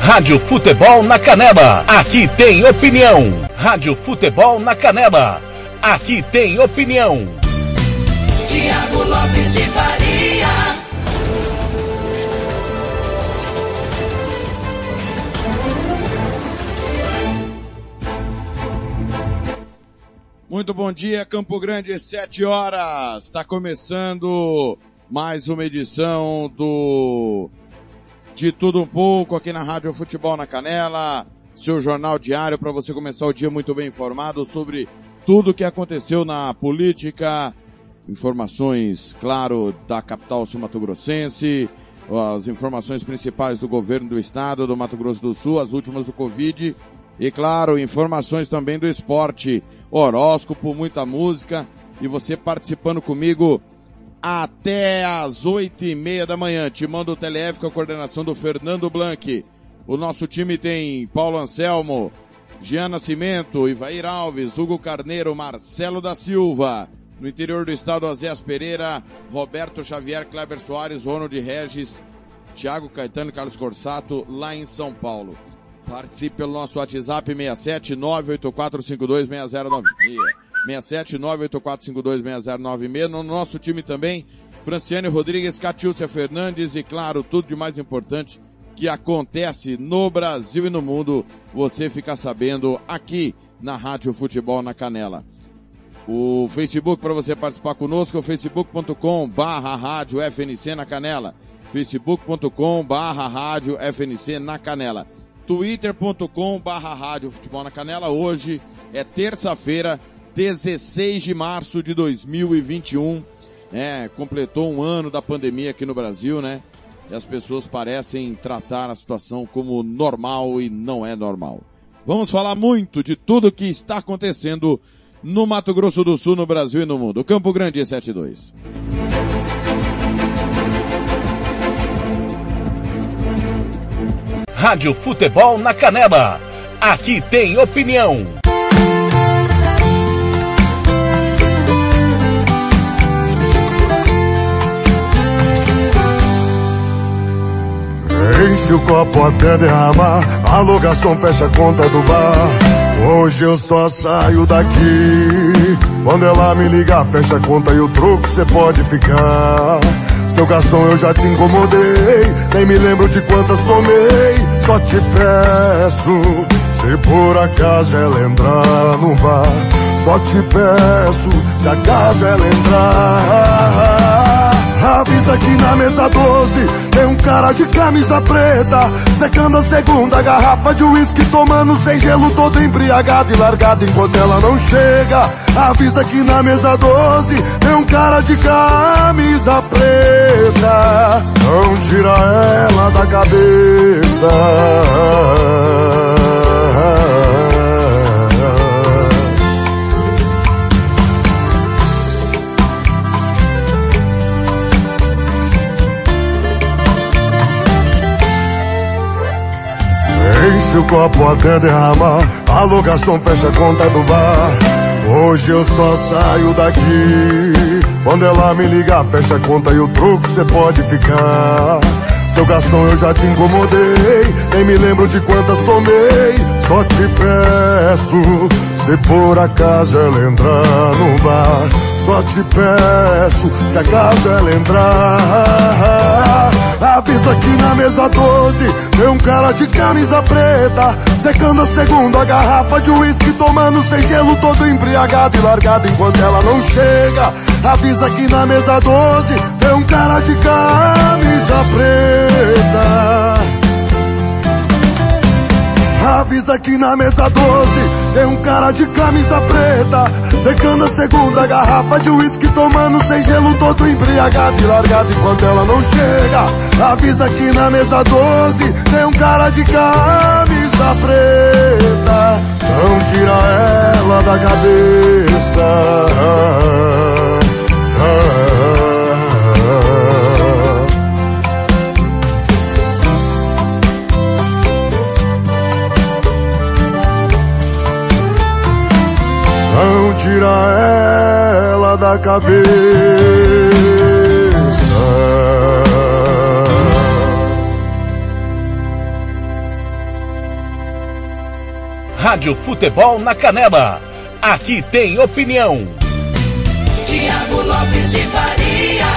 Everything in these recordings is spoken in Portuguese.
Rádio Futebol na Canela, aqui tem opinião. Rádio Futebol na Canela, aqui tem opinião. Tiago Lopes de Faria. Muito bom dia, Campo Grande, 7 horas. Está começando mais uma edição do De Tudo Um Pouco aqui na Rádio Futebol na Canela, seu jornal diário para você começar o dia muito bem informado sobre tudo o que aconteceu na política, informações, claro, da capital sul-mato-grossense, as informações principais do governo do estado, do Mato Grosso do Sul, as últimas do Covid e, claro, informações também do esporte, horóscopo, muita música e você participando comigo até às 8:30 da manhã. Te mando o TLF com a coordenação do Fernando Blanc. O nosso time tem Paulo Anselmo, Jean Nascimento, Ivair Alves, Hugo Carneiro, Marcelo da Silva. No interior do estado, Azés Pereira, Roberto Xavier, Kleber Soares, Ronald Regis, Thiago Caetano e Carlos Corsato, lá em São Paulo. Participe pelo nosso WhatsApp 67984526096. 67984526096. No nosso time também, Franciane Rodrigues, Catiúcia Fernandes e, claro, tudo de mais importante que acontece no Brasil e no mundo, você fica sabendo aqui na Rádio Futebol na Canela. O Facebook para você participar conosco é o facebook.com/rádio FNC na Canela. facebook.com/rádio FNC na Canela. twitter.com/rádio Futebol na Canela. Hoje é terça-feira, 16 de março de 2021. Completou um ano da pandemia aqui no Brasil, né? E as pessoas parecem tratar a situação como normal e não é normal. Vamos falar muito de tudo que está acontecendo no Mato Grosso do Sul, no Brasil e no mundo. Campo Grande 72. Rádio Futebol na Canela, aqui tem opinião. Enche o copo até derramar, a locação fecha a conta do bar. Hoje eu só saio daqui quando ela me ligar, fecha a conta e o troco cê pode ficar. Seu garçom, eu já te incomodei, nem me lembro de quantas tomei. Só te peço, se por acaso ela entrar no bar, só te peço, se acaso ela entrar, avisa aqui na mesa 12, tem um cara de camisa preta, secando a segunda garrafa de uísque, tomando sem gelo, todo embriagado e largado enquanto ela não chega. Avisa aqui na mesa 12, tem um cara de camisa preta, não tira ela da cabeça. Enche o copo até derramar, a locação fecha a conta do bar. Hoje eu só saio daqui quando ela me ligar, fecha a conta e o troco cê pode ficar. Seu garçom, eu já te incomodei, nem me lembro de quantas tomei. Só te peço, se por acaso ela entrar no bar, só te peço, se acaso ela entrar, avisa aqui na mesa 12, tem um cara de camisa preta, secando a segunda garrafa de uísque, tomando sem gelo, todo embriagado e largado enquanto ela não chega. Avisa aqui na mesa 12, tem um cara de camisa preta. Avisa aqui na mesa 12, tem um cara de camisa preta, secando a segunda garrafa de uísque, tomando sem gelo, todo embriagado e largado enquanto ela não chega. Avisa aqui na mesa 12, tem um cara de camisa preta, não tira ela da cabeça. Não tira ela da cabeça. Rádio Futebol na Canela. Aqui tem opinião. Tiago Lopes de Faria.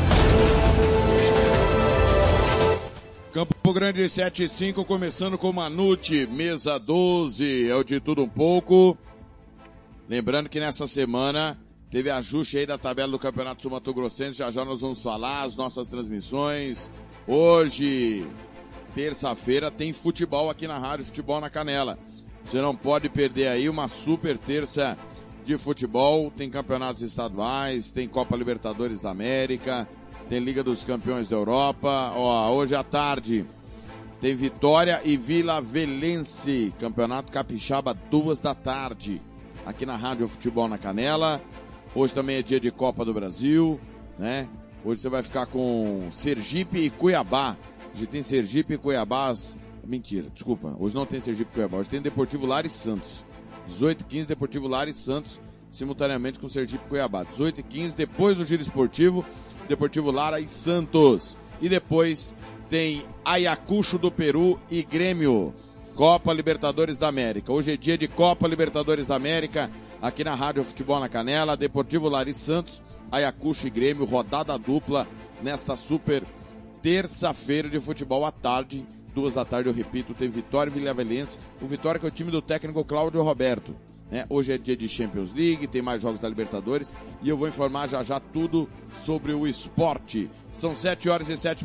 Campo Grande 7-5, começando com Manute, mesa 12, é o de tudo um pouco. Lembrando que nessa semana teve ajuste aí da tabela do Campeonato Sul-Mato-Grossense, já nós vamos falar as nossas transmissões. Hoje, terça-feira, tem futebol aqui na Rádio Futebol na Canela. Você não pode perder aí uma super terça de futebol, tem campeonatos estaduais, tem Copa Libertadores da América, tem Liga dos Campeões da Europa. Hoje à tarde tem Vitória e Vila Velense, Campeonato Capixaba, 14h, aqui na Rádio Futebol na Canela. Hoje também é dia de Copa do Brasil, né? Hoje você vai ficar com Sergipe e Cuiabá. Hoje tem Sergipe e Cuiabá. Mentira, desculpa. Hoje não tem Sergipe e Cuiabá. Hoje tem Deportivo Lara e Santos. 18h15, Deportivo Lara e Santos, simultaneamente com Sergipe e Cuiabá. 18h15, depois do Giro Esportivo, Deportivo Lara e Santos. E depois tem Ayacucho do Peru e Grêmio. Copa Libertadores da América. Hoje é dia de Copa Libertadores da América, aqui na Rádio Futebol na Canela. Deportivo Lara e Santos, Ayacucho e Grêmio, rodada dupla nesta super terça-feira de futebol à tarde. 14h, eu repito, tem Vitória e Vila Velense. O Vitória que é o time do técnico Cláudio Roberto, né? Hoje é dia de Champions League, tem mais jogos da Libertadores e eu vou informar já tudo sobre o esporte. São 7h07,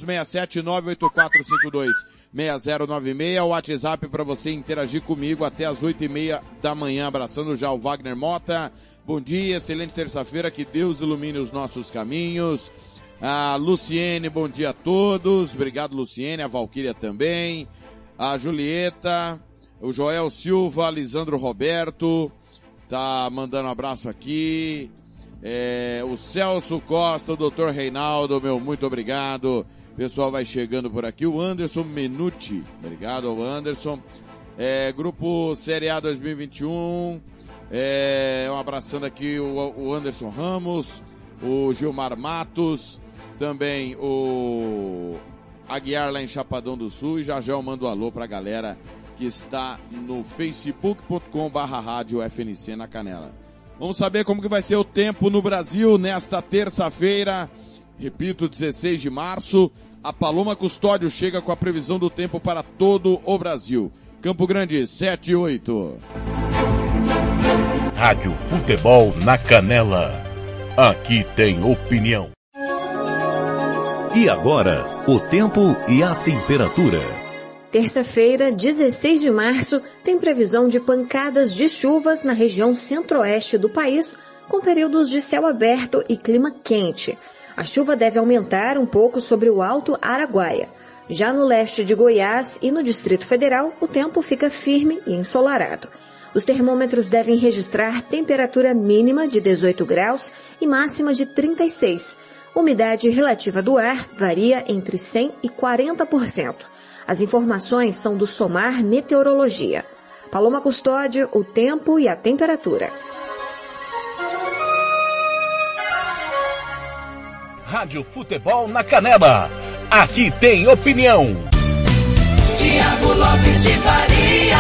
67984526096, o WhatsApp para você interagir comigo até as 8h30 da manhã. Abraçando já o Wagner Mota. Bom dia, excelente terça-feira, que Deus ilumine os nossos caminhos. A Luciene, bom dia a todos. Obrigado, Luciene. A Valquíria também. A Julieta. O Joel Silva, Lisandro Roberto. Tá mandando um abraço aqui. O Celso Costa, o Dr. Reinaldo, meu muito obrigado. O pessoal vai chegando por aqui. O Anderson Menucci. Obrigado ao Anderson. Grupo Série A 2021. Um abraçando aqui o Anderson Ramos. O Gilmar Matos. Também o Aguiar lá em Chapadão do Sul. E já eu mando um alô pra galera que está no facebook.com/rádio FNC na Canela. Vamos saber como que vai ser o tempo no Brasil nesta terça-feira. Repito, 16 de março. A Paloma Custódio chega com a previsão do tempo para todo o Brasil. Campo Grande, 7 e 8. Rádio Futebol na Canela. Aqui tem opinião. E agora, o tempo e a temperatura. Terça-feira, 16 de março, tem previsão de pancadas de chuvas na região centro-oeste do país, com períodos de céu aberto e clima quente. A chuva deve aumentar um pouco sobre o Alto Araguaia. Já no leste de Goiás e no Distrito Federal, o tempo fica firme e ensolarado. Os termômetros devem registrar temperatura mínima de 18 graus e máxima de 36. Umidade relativa do ar varia entre 100% e 40%. As informações são do Somar Meteorologia. Paloma Custódio, o tempo e a temperatura. Rádio Futebol na Canela. Aqui tem opinião. Tiago Lopes de Faria.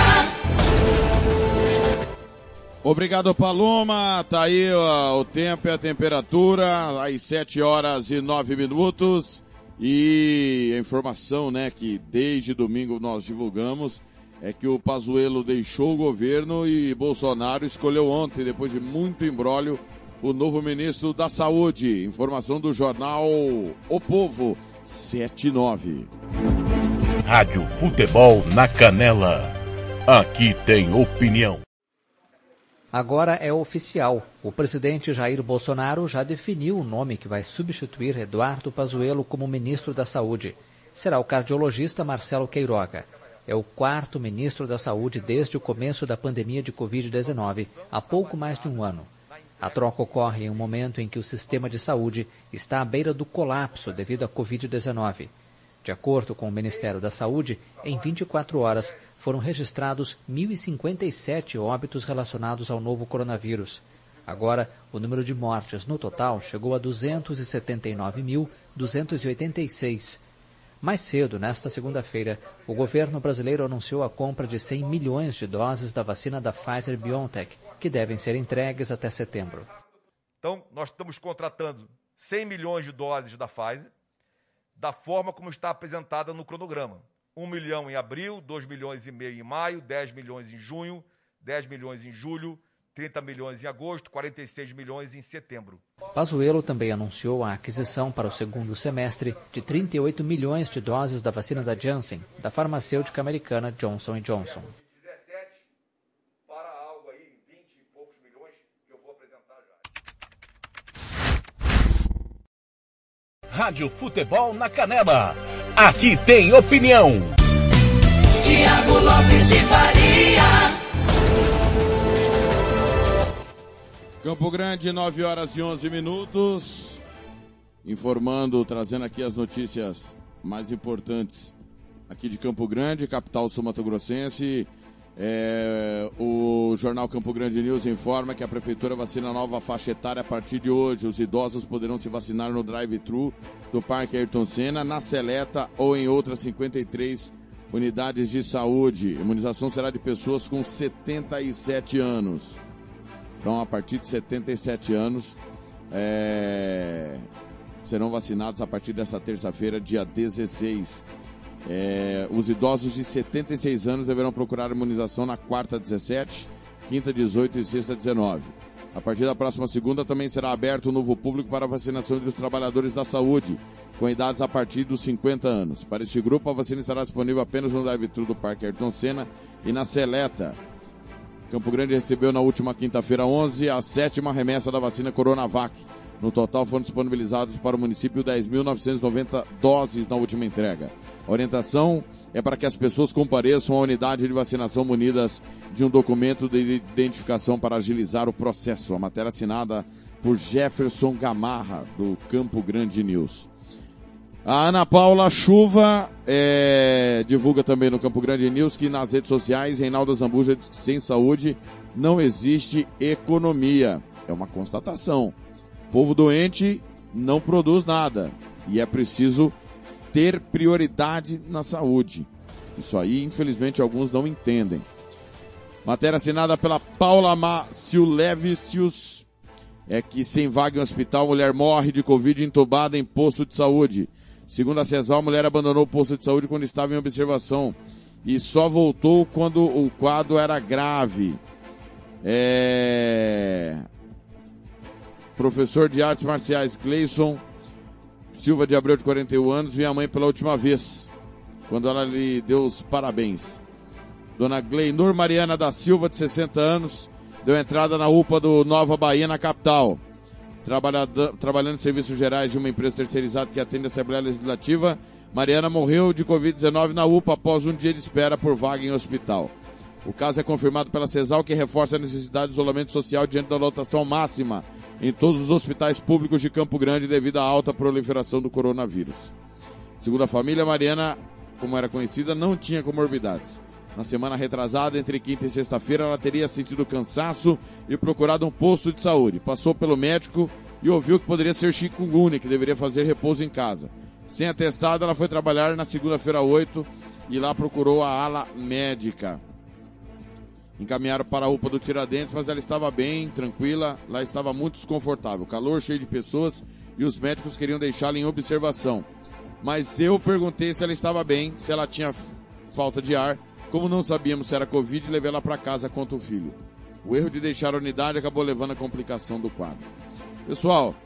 Obrigado, Paloma. Tá aí o tempo e a temperatura, às 7h09. E a informação, né, que desde domingo nós divulgamos, é que o Pazuello deixou o governo e Bolsonaro escolheu ontem, depois de muito imbróglio, o novo ministro da Saúde. Informação do jornal O Povo, 7h09. Rádio Futebol na Canela. Aqui tem opinião. Agora é oficial. O presidente Jair Bolsonaro já definiu o nome que vai substituir Eduardo Pazuello como ministro da Saúde. Será o cardiologista Marcelo Queiroga. É o 4º ministro da Saúde desde o começo da pandemia de Covid-19, há pouco mais de um ano. A troca ocorre em um momento em que o sistema de saúde está à beira do colapso devido à Covid-19. De acordo com o Ministério da Saúde, em 24 horas foram registrados 1.057 óbitos relacionados ao novo coronavírus. Agora, o número de mortes no total chegou a 279.286. Mais cedo, nesta segunda-feira, o governo brasileiro anunciou a compra de 100 milhões de doses da vacina da Pfizer-BioNTech, que devem ser entregues até setembro. Então, nós estamos contratando 100 milhões de doses da Pfizer, da forma como está apresentada no cronograma. 1 milhão em abril, 2 milhões e meio em maio, 10 milhões em junho, 10 milhões em julho, 30 milhões em agosto, 46 milhões em setembro. Pazuello também anunciou a aquisição para o segundo semestre de 38 milhões de doses da vacina da Janssen, da farmacêutica americana Johnson & Johnson. Para algo aí, 20 e poucos milhões, que eu vou apresentar já. Rádio Futebol na Canela. Aqui tem opinião. Tiago Lopes de Faria. Campo Grande, 9h11. Informando, trazendo aqui as notícias mais importantes aqui de Campo Grande, capital sul-mato-grossense. O jornal Campo Grande News informa que a prefeitura vacina nova faixa etária a partir de hoje. Os idosos poderão se vacinar no drive-thru do Parque Ayrton Senna, na Seleta ou em outras 53 unidades de saúde. A imunização será de pessoas com 77 anos. Então, a partir de 77 anos, serão vacinados a partir dessa terça-feira, dia 16. Os idosos de 76 anos deverão procurar imunização na quarta 17, quinta 18 e sexta 19. A partir da próxima segunda também será aberto um novo público para a vacinação dos trabalhadores da saúde, com idades a partir dos 50 anos. Para este grupo, a vacina estará disponível apenas no drive-thru do Parque Ayrton Senna e na Seleta. Campo Grande recebeu na última quinta-feira 11 a 7ª remessa da vacina Coronavac. No total foram disponibilizados para o município 10.990 doses na última entrega. A orientação é para que as pessoas compareçam à unidade de vacinação munidas de um documento de identificação para agilizar o processo. A matéria assinada por Jefferson Gamarra, do Campo Grande News. A Ana Paula Chuva divulga também no Campo Grande News que nas redes sociais, Reinaldo Zambuja diz que sem saúde não existe economia. É uma constatação. O povo doente não produz nada e é preciso ter prioridade na saúde. Isso aí, infelizmente, alguns não entendem. Matéria assinada pela Paula Maciulevicius é que sem vaga em hospital, mulher morre de Covid entubada em posto de saúde. Segundo a CESAL, a mulher abandonou o posto de saúde quando estava em observação e só voltou quando o quadro era grave. Professor de artes marciais Gleison Silva de Abreu, de 41 anos, viu a mãe pela última vez, quando ela lhe deu os parabéns. Dona Gleinor Mariana da Silva, de 60 anos, deu entrada na UPA do Nova Bahia, na capital. Trabalhando em serviços gerais de uma empresa terceirizada que atende a Assembleia Legislativa, Mariana morreu de Covid-19 na UPA após um dia de espera por vaga em hospital. O caso é confirmado pela CESAL, que reforça a necessidade de isolamento social diante da lotação máxima em todos os hospitais públicos de Campo Grande devido à alta proliferação do coronavírus. Segundo a família, Mariana, como era conhecida, não tinha comorbidades. Na semana retrasada, entre quinta e sexta-feira, ela teria sentido cansaço e procurado um posto de saúde. Passou pelo médico e ouviu que poderia ser chikungunya, que deveria fazer repouso em casa. Sem atestado, ela foi trabalhar na segunda-feira 8 e lá procurou a ala médica. Encaminharam para a UPA do Tiradentes, mas ela estava bem, tranquila, lá estava muito desconfortável. Calor, cheio de pessoas e os médicos queriam deixá-la em observação. Mas eu perguntei se ela estava bem, se ela tinha falta de ar. Como não sabíamos se era Covid, levei ela para casa contra o filho. O erro de deixar a unidade acabou levando à complicação do quadro. Pessoal,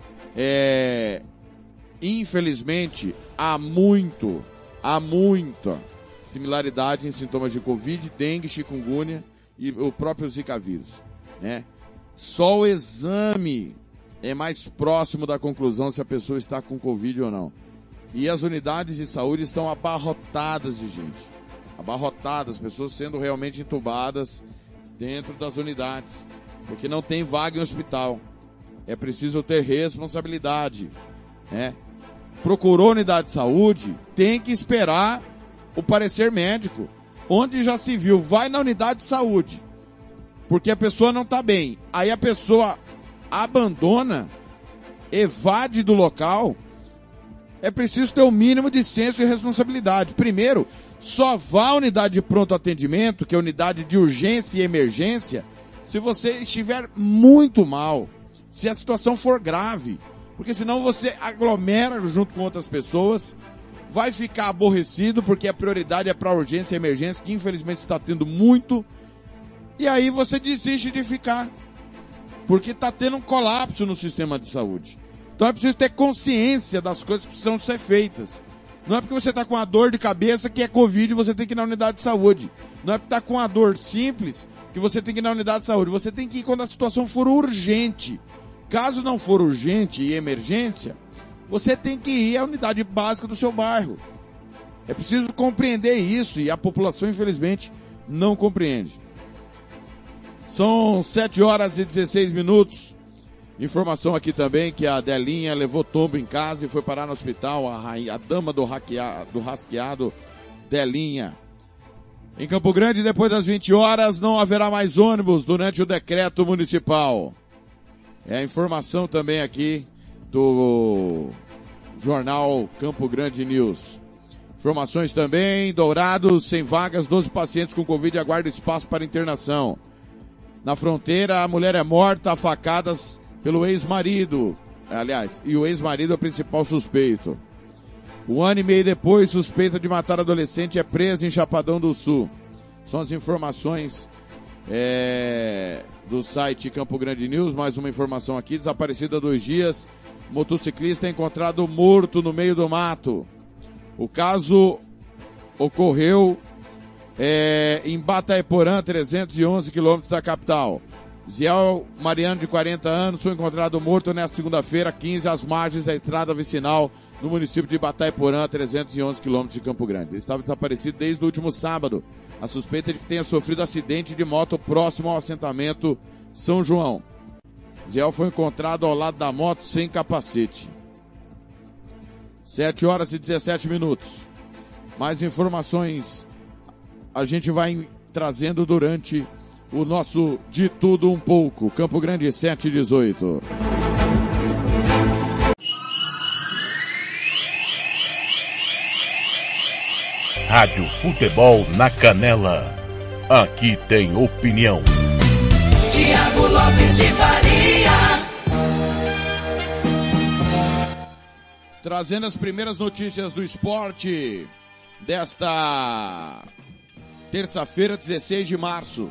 infelizmente, há muita similaridade em sintomas de Covid, dengue, chikungunya e o próprio Zika vírus, né? Só o exame é mais próximo da conclusão se a pessoa está com Covid ou não. E as unidades de saúde estão abarrotadas de gente. Abarrotadas, pessoas sendo realmente entubadas dentro das unidades, porque não tem vaga em hospital. É preciso ter responsabilidade, né? Procurou unidade de saúde, tem que esperar o parecer médico. Onde já se viu, vai na unidade de saúde, porque a pessoa não está bem. Aí a pessoa abandona, evade do local, é preciso ter o mínimo de senso e responsabilidade. Primeiro, só vá à unidade de pronto atendimento, que é a unidade de urgência e emergência, se você estiver muito mal, se a situação for grave, porque senão você aglomera junto com outras pessoas, vai ficar aborrecido porque a prioridade é para urgência e emergência, que infelizmente está tendo muito, e aí você desiste de ficar, porque está tendo um colapso no sistema de saúde. Então é preciso ter consciência das coisas que precisam ser feitas. Não é porque você está com uma dor de cabeça que é Covid e você tem que ir na unidade de saúde. Não é porque está com uma dor simples que você tem que ir na unidade de saúde. Você tem que ir quando a situação for urgente. Caso não for urgente e emergência, você tem que ir à unidade básica do seu bairro. É preciso compreender isso e a população, infelizmente, não compreende. São 7h16. Informação aqui também que a Delinha levou tombo em casa e foi parar no hospital. A dama do rasqueado, Delinha. Em Campo Grande, depois das 20 horas, não haverá mais ônibus durante o decreto municipal. É a informação também aqui do jornal Campo Grande News. Informações também, Dourados, sem vagas, 12 pacientes com Covid aguardam espaço para internação. Na fronteira, a mulher é morta a facadas pelo ex-marido. Aliás, e o ex-marido é o principal suspeito. 1 ano e meio depois, suspeita de matar adolescente é presa em Chapadão do Sul. São as informações do site Campo Grande News. Mais uma informação aqui, desaparecida há 2 dias. Motociclista é encontrado morto no meio do mato. O caso ocorreu em Bataiporã, 311 quilômetros da capital. Ziel Mariano, de 40 anos, foi encontrado morto nesta segunda-feira, 15, às margens da estrada vicinal, no município de Bataiporã, 311 quilômetros de Campo Grande. Ele estava desaparecido desde o último sábado. A suspeita é de que tenha sofrido acidente de moto próximo ao assentamento São João. Ziel foi encontrado ao lado da moto sem capacete. 7h17. Mais informações a gente vai trazendo durante o nosso De Tudo Um Pouco. Campo Grande 7h18. Rádio Futebol na Canela. Aqui tem opinião. Tiago Lopes de Faria. Trazendo as primeiras notícias do esporte desta terça-feira, 16 de março.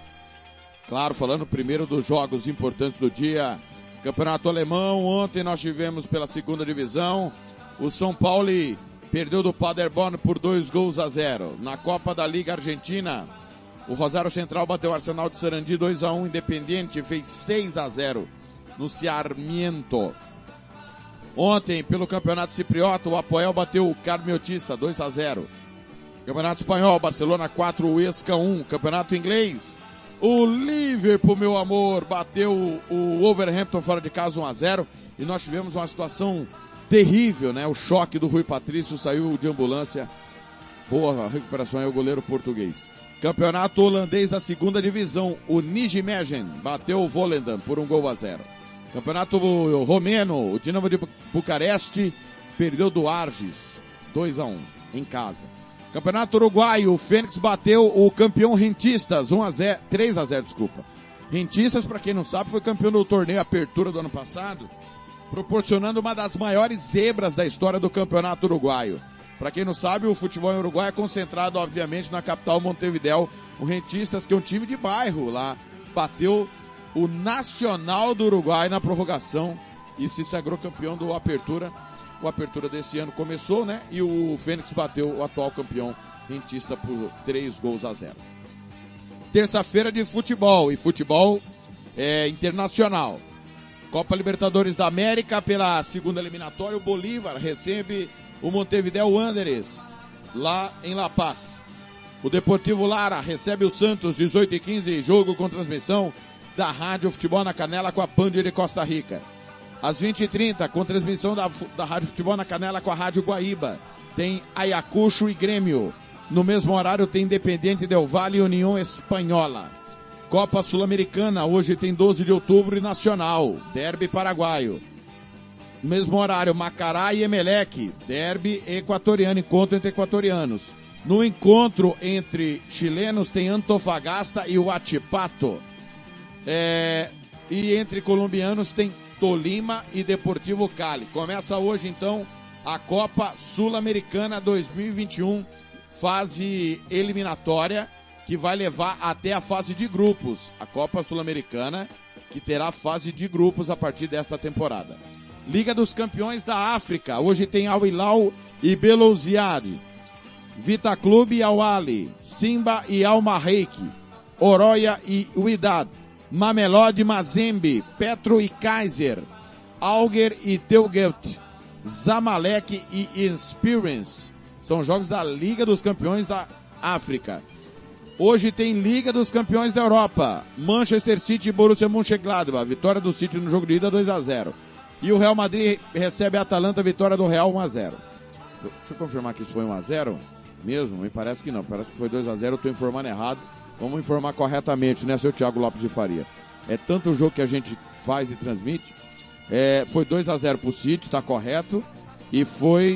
Claro, falando primeiro dos jogos importantes do dia. Campeonato Alemão, ontem nós tivemos pela segunda divisão. O São Paulo perdeu do Paderborn por 2-0. Na Copa da Liga Argentina, o Rosário Central bateu o Arsenal de Sarandi 2-1. Independiente fez 6-0 no Sarmiento. Ontem, pelo Campeonato Cipriota, o Apoel bateu o Carmeotissa 2-0. Campeonato Espanhol, Barcelona 4, Huesca 1. Campeonato Inglês, o Liverpool, meu amor, bateu o Wolverhampton fora de casa 1-0. E nós tivemos uma situação terrível, né? O choque do Rui Patrício, saiu de ambulância. Boa recuperação aí o goleiro português. Campeonato holandês da segunda divisão, o Nijmegen bateu o Volendam por 1-0. Campeonato romeno, o Dinamo de Bucareste perdeu do Argis 2-1 em casa. Campeonato uruguaio, o Fênix bateu o campeão Rentistas 3-0, desculpa. Rentistas, para quem não sabe, foi campeão do torneio Apertura do ano passado, proporcionando uma das maiores zebras da história do campeonato uruguaio. Para quem não sabe, o futebol em Uruguai é concentrado, obviamente, na capital Montevidéu. O Rentistas, que é um time de bairro lá, bateu o Nacional do Uruguai na prorrogação e se sagrou campeão do Apertura. O Apertura desse ano começou, né? E o Fênix bateu o atual campeão Rentista por 3-0. Terça-feira de futebol, e futebol internacional. Copa Libertadores da América, pela segunda eliminatória, o Bolívar recebe o Montevidéu Wanderers, lá em La Paz. O Deportivo Lara recebe o Santos, 18h15, jogo com transmissão da Rádio Futebol na Canela com a Band de Costa Rica. Às 20h30, com transmissão da Rádio Futebol na Canela com a Rádio Guaíba, tem Ayacucho e Grêmio. No mesmo horário tem Independiente Del Valle e União Espanhola. Copa Sul-Americana, hoje tem 12 de outubro e Nacional, Derby paraguaio. mesmo horário, Macará e Emelec, derby equatoriano, encontro entre equatorianos. No encontro entre chilenos tem Antofagasta e Huachipato. E entre colombianos tem Tolima e Deportivo Cali. Começa hoje então a Copa Sul-Americana 2021, fase eliminatória, que vai levar até a fase de grupos. A Copa Sul-Americana, que terá fase de grupos a partir desta temporada. Liga dos Campeões da África. Hoje tem Al Hilal e Belouizdad, Vita Clube e Al Ahly, Simba e Al Marreik, Oroya e Wydad, Mamelodi Mazembe, Petro e Kaiser, Alger e Telgelt, Zamalek e Experience. São jogos da Liga dos Campeões da África. Hoje tem Liga dos Campeões da Europa. Manchester City e Borussia Mönchengladbach. Vitória do City no jogo de ida 2-0. E o Real Madrid recebe a Atalanta, vitória do Real 1-0. Deixa eu confirmar que isso foi 1-0 mesmo. Me parece que não. Parece que foi 2-0. Eu estou informando errado. Vamos informar corretamente, né, seu Thiago Lopes de Faria? É tanto o jogo que a gente faz e transmite. Foi 2-0 pro City, tá correto. E foi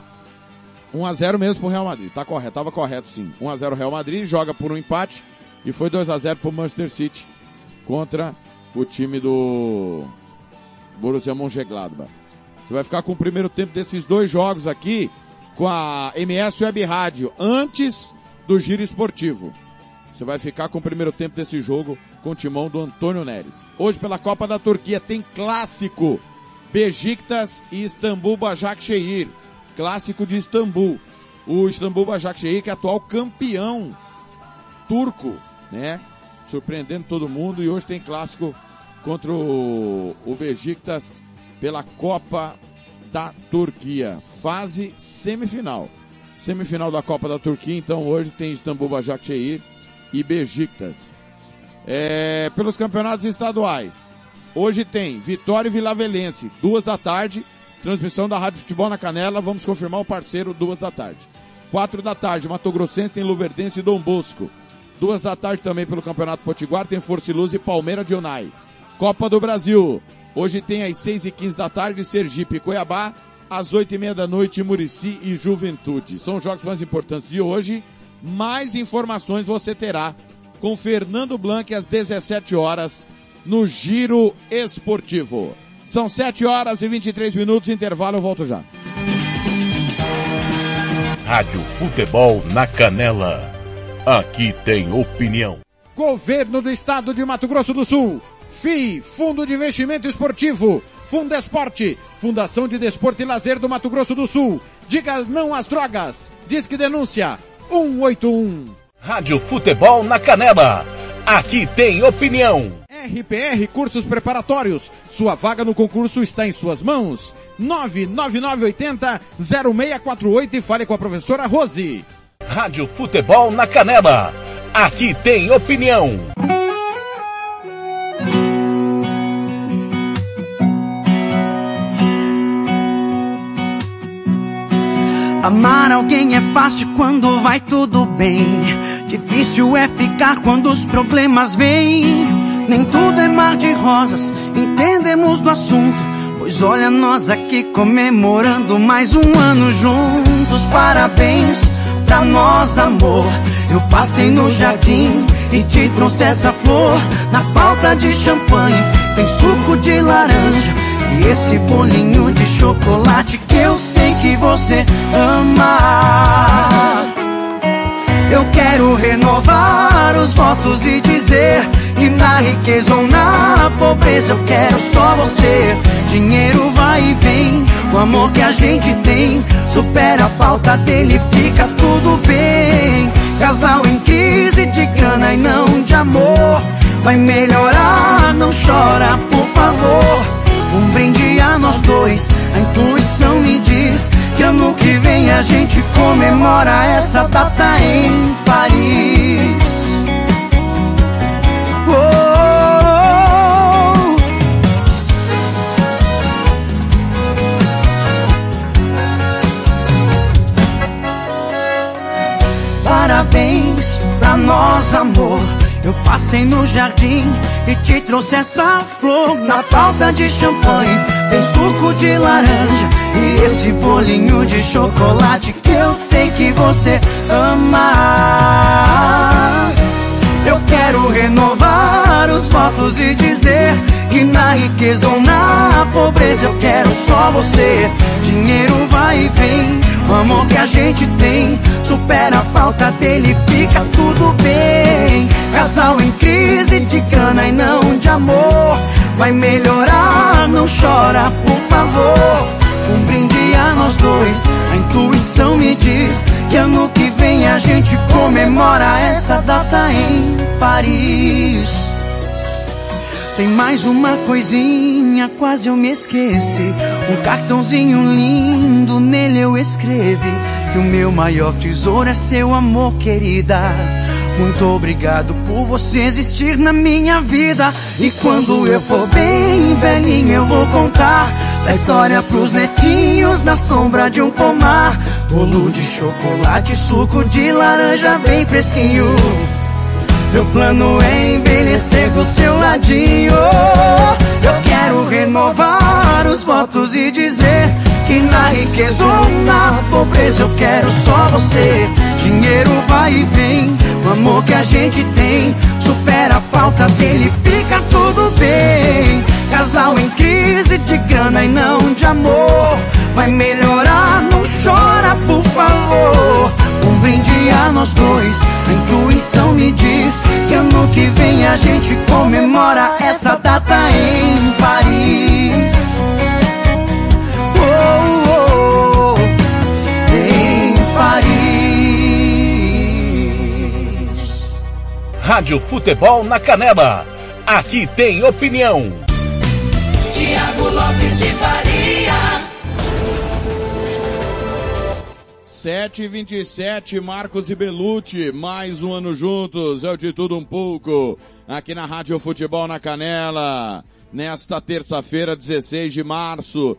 1-0 mesmo pro Real Madrid. Tá correto, tava correto sim. 1-0 Real Madrid, joga por um empate. E foi 2-0 pro Manchester City contra o time do Borussia Mönchengladbach. Você vai ficar com o primeiro tempo desses dois jogos aqui com a MS Web Rádio, antes do Giro Esportivo. Você vai ficar com o primeiro tempo desse jogo com o timão do Antônio Neres. Hoje pela Copa da Turquia tem clássico. Beşiktaş e Istambul Başakşehir. Clássico de Istambul. O Istambul Başakşehir, que é atual campeão turco, né? Surpreendendo todo mundo. E hoje tem clássico contra o Beşiktaş pela Copa da Turquia. Fase semifinal. Semifinal da Copa da Turquia. Então hoje tem Istambul Başakşehir e Beşiktaş. Pelos campeonatos estaduais. Hoje tem Vitória e Vilavelense, 14h, transmissão da Rádio Futebol na Canela, vamos confirmar o parceiro, 14h. 16h, Mato Grossense tem Luverdense e Dom Bosco. 14h também pelo Campeonato Potiguar, tem Força e Luz e Palmeiras de Unai. Copa do Brasil, hoje tem às 6h15 Sergipe e Cuiabá, às 8h30 Muricy e Juventude. São os jogos mais importantes de hoje. Mais informações você terá com Fernando Blanc às 17h no Giro Esportivo. São 7h23, intervalo, eu volto já. Rádio Futebol na Canela. Aqui tem opinião. Governo do Estado de Mato Grosso do Sul. FII, Fundo de Investimento Esportivo. Fundesporte, Fundação de Desporto e Lazer do Mato Grosso do Sul. Diga não às drogas. Disque denúncia 181. Rádio Futebol na Canela. Aqui tem opinião. RPR Cursos Preparatórios. Sua vaga no concurso está em suas mãos. 99980-0648 e fale com a professora Rose. Rádio Futebol na Canela. Aqui tem opinião. Amar alguém é fácil quando vai tudo bem. Difícil é ficar quando os problemas vêm. Nem tudo é mar de rosas, entendemos do assunto. Pois olha nós aqui comemorando mais um ano juntos. Parabéns pra nós, amor. Eu passei no jardim e te trouxe essa flor. Na falta de champanhe tem suco de laranja e esse bolinho de chocolate que eu sei que você ama. Eu quero renovar os votos e dizer que na riqueza ou na pobreza eu quero só você. Dinheiro vai e vem, o amor que a gente tem supera a falta dele, fica tudo bem. Casal em crise de grana e não de amor vai melhorar, não chora por favor. Um brinde a nós dois, a intuição me diz que ano que vem a gente comemora essa data em Paris. Oh, parabéns pra nós, amor. Eu passei no jardim e te trouxe essa flor. Na pauta de champanhe tem suco de laranja e esse bolinho de chocolate que eu sei que você ama. Eu quero renovar os votos e dizer que na riqueza ou na pobreza eu quero só você. Dinheiro vai e vem, o amor que a gente tem supera a falta dele, fica tudo bem. Casal em crise de grana e não de amor, vai melhorar, não chora, por favor. Um brinde a nós dois, a intuição me diz que ano que vem a gente comemora essa data em Paris. Tem mais uma coisinha, quase eu me esqueci. Um cartãozinho lindo, nele eu escrevi que o meu maior tesouro é seu amor, querida. Muito obrigado por você existir na minha vida. E quando eu for bem velhinho eu vou contar essa história pros netinhos na sombra de um pomar. Bolo de chocolate, suco de laranja bem fresquinho. Meu plano é envelhecer do seu ladinho. Eu quero renovar os votos e dizer que na riqueza ou na pobreza eu quero só você. Dinheiro vai e vem, o amor que a gente tem supera a falta dele, fica tudo bem. Casal em crise de grana e não de amor, vai melhorar, não chora, por favor. Um brinde a nós dois, a intuição me diz que ano que vem a gente comemora essa data em Paris. Oh, oh, oh, em Paris. Rádio Futebol na Canela. Aqui tem opinião. Tiago Lopes de Faria. 7h27, Marcos e Belucci, mais um ano juntos, é o de tudo um pouco, aqui na Rádio Futebol na Canela, nesta terça-feira, 16 de março,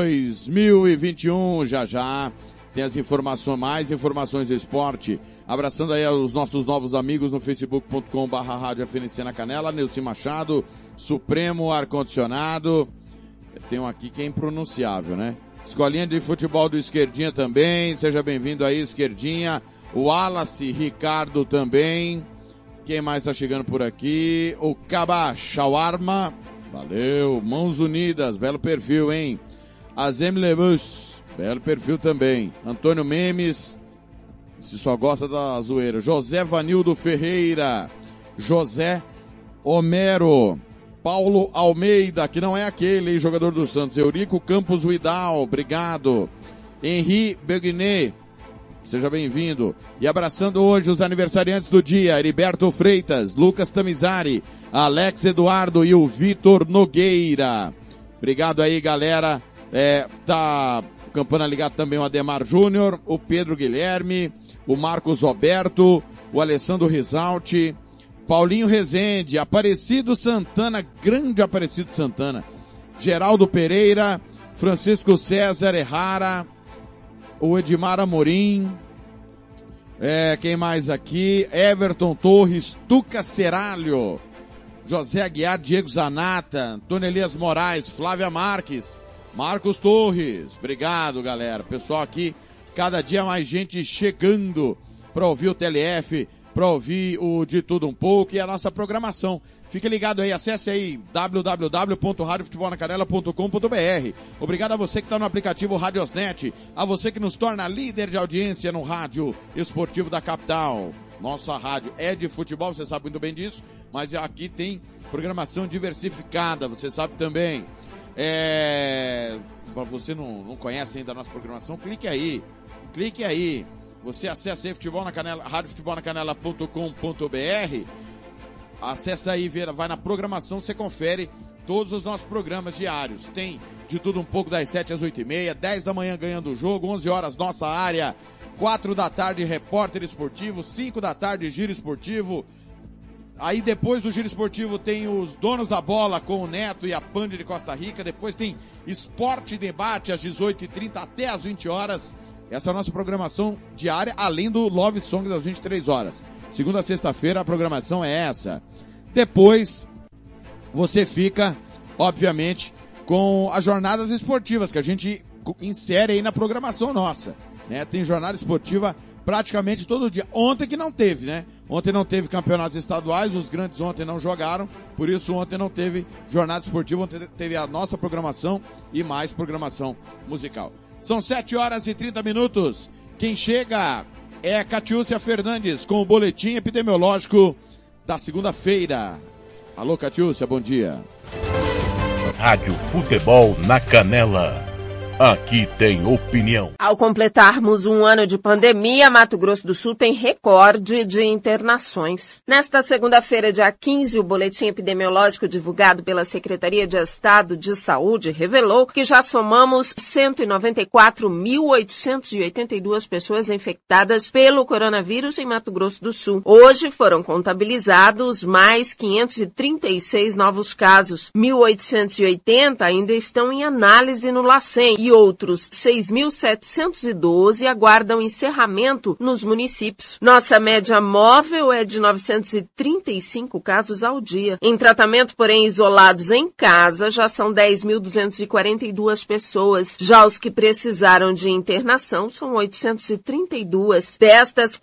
2021, já tem as informações, mais informações do esporte, abraçando aí os nossos novos amigos no facebook.com/Rádio FNC na Canela, Nilce Machado, Supremo Ar-Condicionado, tem um aqui que é impronunciável, né? Escolinha de futebol do Esquerdinha também, seja bem-vindo aí, Esquerdinha. O Wallace Ricardo também. Quem mais tá chegando por aqui? O Caba Shawarma, valeu. Mãos Unidas, belo perfil, hein? Azem Lemus, belo perfil também. Antônio Memes, se só gosta da zoeira. José Vanildo Ferreira, José Homero, Paulo Almeida, que não é aquele jogador do Santos. Eurico Campos Vidal, obrigado. Henri Beguinet, seja bem-vindo. E abraçando hoje os aniversariantes do dia, Heriberto Freitas, Lucas Tamizari, Alex Eduardo e o Vitor Nogueira. Obrigado aí, galera. Tá campana ligado também o Ademar Júnior, o Pedro Guilherme, o Marcos Roberto, o Alessandro Risalti, Paulinho Rezende, Aparecido Santana, grande Aparecido Santana, Geraldo Pereira, Francisco César Errara, o Edmar Amorim, quem mais aqui? Everton Torres, Tuca Seralho, José Aguiar, Diego Zanata, Antônio Elias Moraes, Flávia Marques, Marcos Torres, obrigado, galera. Pessoal aqui, cada dia mais gente chegando para ouvir o TLF, para ouvir o De Tudo Um Pouco e a nossa programação. Fique ligado aí, acesse aí www.radiofutebolnacanela.com.br. Obrigado a você que está no aplicativo Radiosnet, a você que nos torna líder de audiência no rádio esportivo da capital. Nossa rádio é de futebol, você sabe muito bem disso, mas aqui tem programação diversificada, você sabe também. Para você não conhece ainda a nossa programação, clique aí. Você acessa aí Futebol na Canela, radiofutebolnacanela.com.br. Acessa aí, vai na programação, você confere todos os nossos programas diários. Tem De Tudo Um Pouco das 7 às 8h30, 10 da manhã ganhando o jogo, 11 horas nossa área, 4 da tarde repórter esportivo, 5 da tarde giro esportivo. Aí depois do giro esportivo tem os donos da bola com o Neto e a Pande de Costa Rica. Depois tem esporte e debate às 18h30 até às 20 horas. Essa é a nossa programação diária, além do Love Song das 23 horas. Segunda a sexta-feira a programação é essa. Depois, você fica, obviamente, com as jornadas esportivas que a gente insere aí na programação nossa, né? Tem jornada esportiva praticamente todo dia. Ontem que não teve, né? Ontem não teve campeonatos estaduais, os grandes ontem não jogaram, por isso ontem não teve jornada esportiva, ontem teve a nossa programação e mais programação musical. São 7h30. Quem chega é a Catiúcia Fernandes com o boletim epidemiológico da segunda-feira. Alô, Catiúcia, bom dia. Rádio Futebol na Canela. Aqui tem opinião. Ao completarmos um ano de pandemia, Mato Grosso do Sul tem recorde de internações. Nesta segunda-feira, dia 15, o boletim epidemiológico divulgado pela Secretaria de Estado de Saúde revelou que já somamos 194.882 pessoas infectadas pelo coronavírus em Mato Grosso do Sul. Hoje foram contabilizados mais 536 novos casos. 1.880 ainda estão em análise no LACEN e outros 6.712 aguardam encerramento nos municípios. Nossa média móvel é de 935 casos ao dia. Em tratamento, porém, isolados em casa, já são 10.242 pessoas. Já os que precisaram de internação são 832. Destas,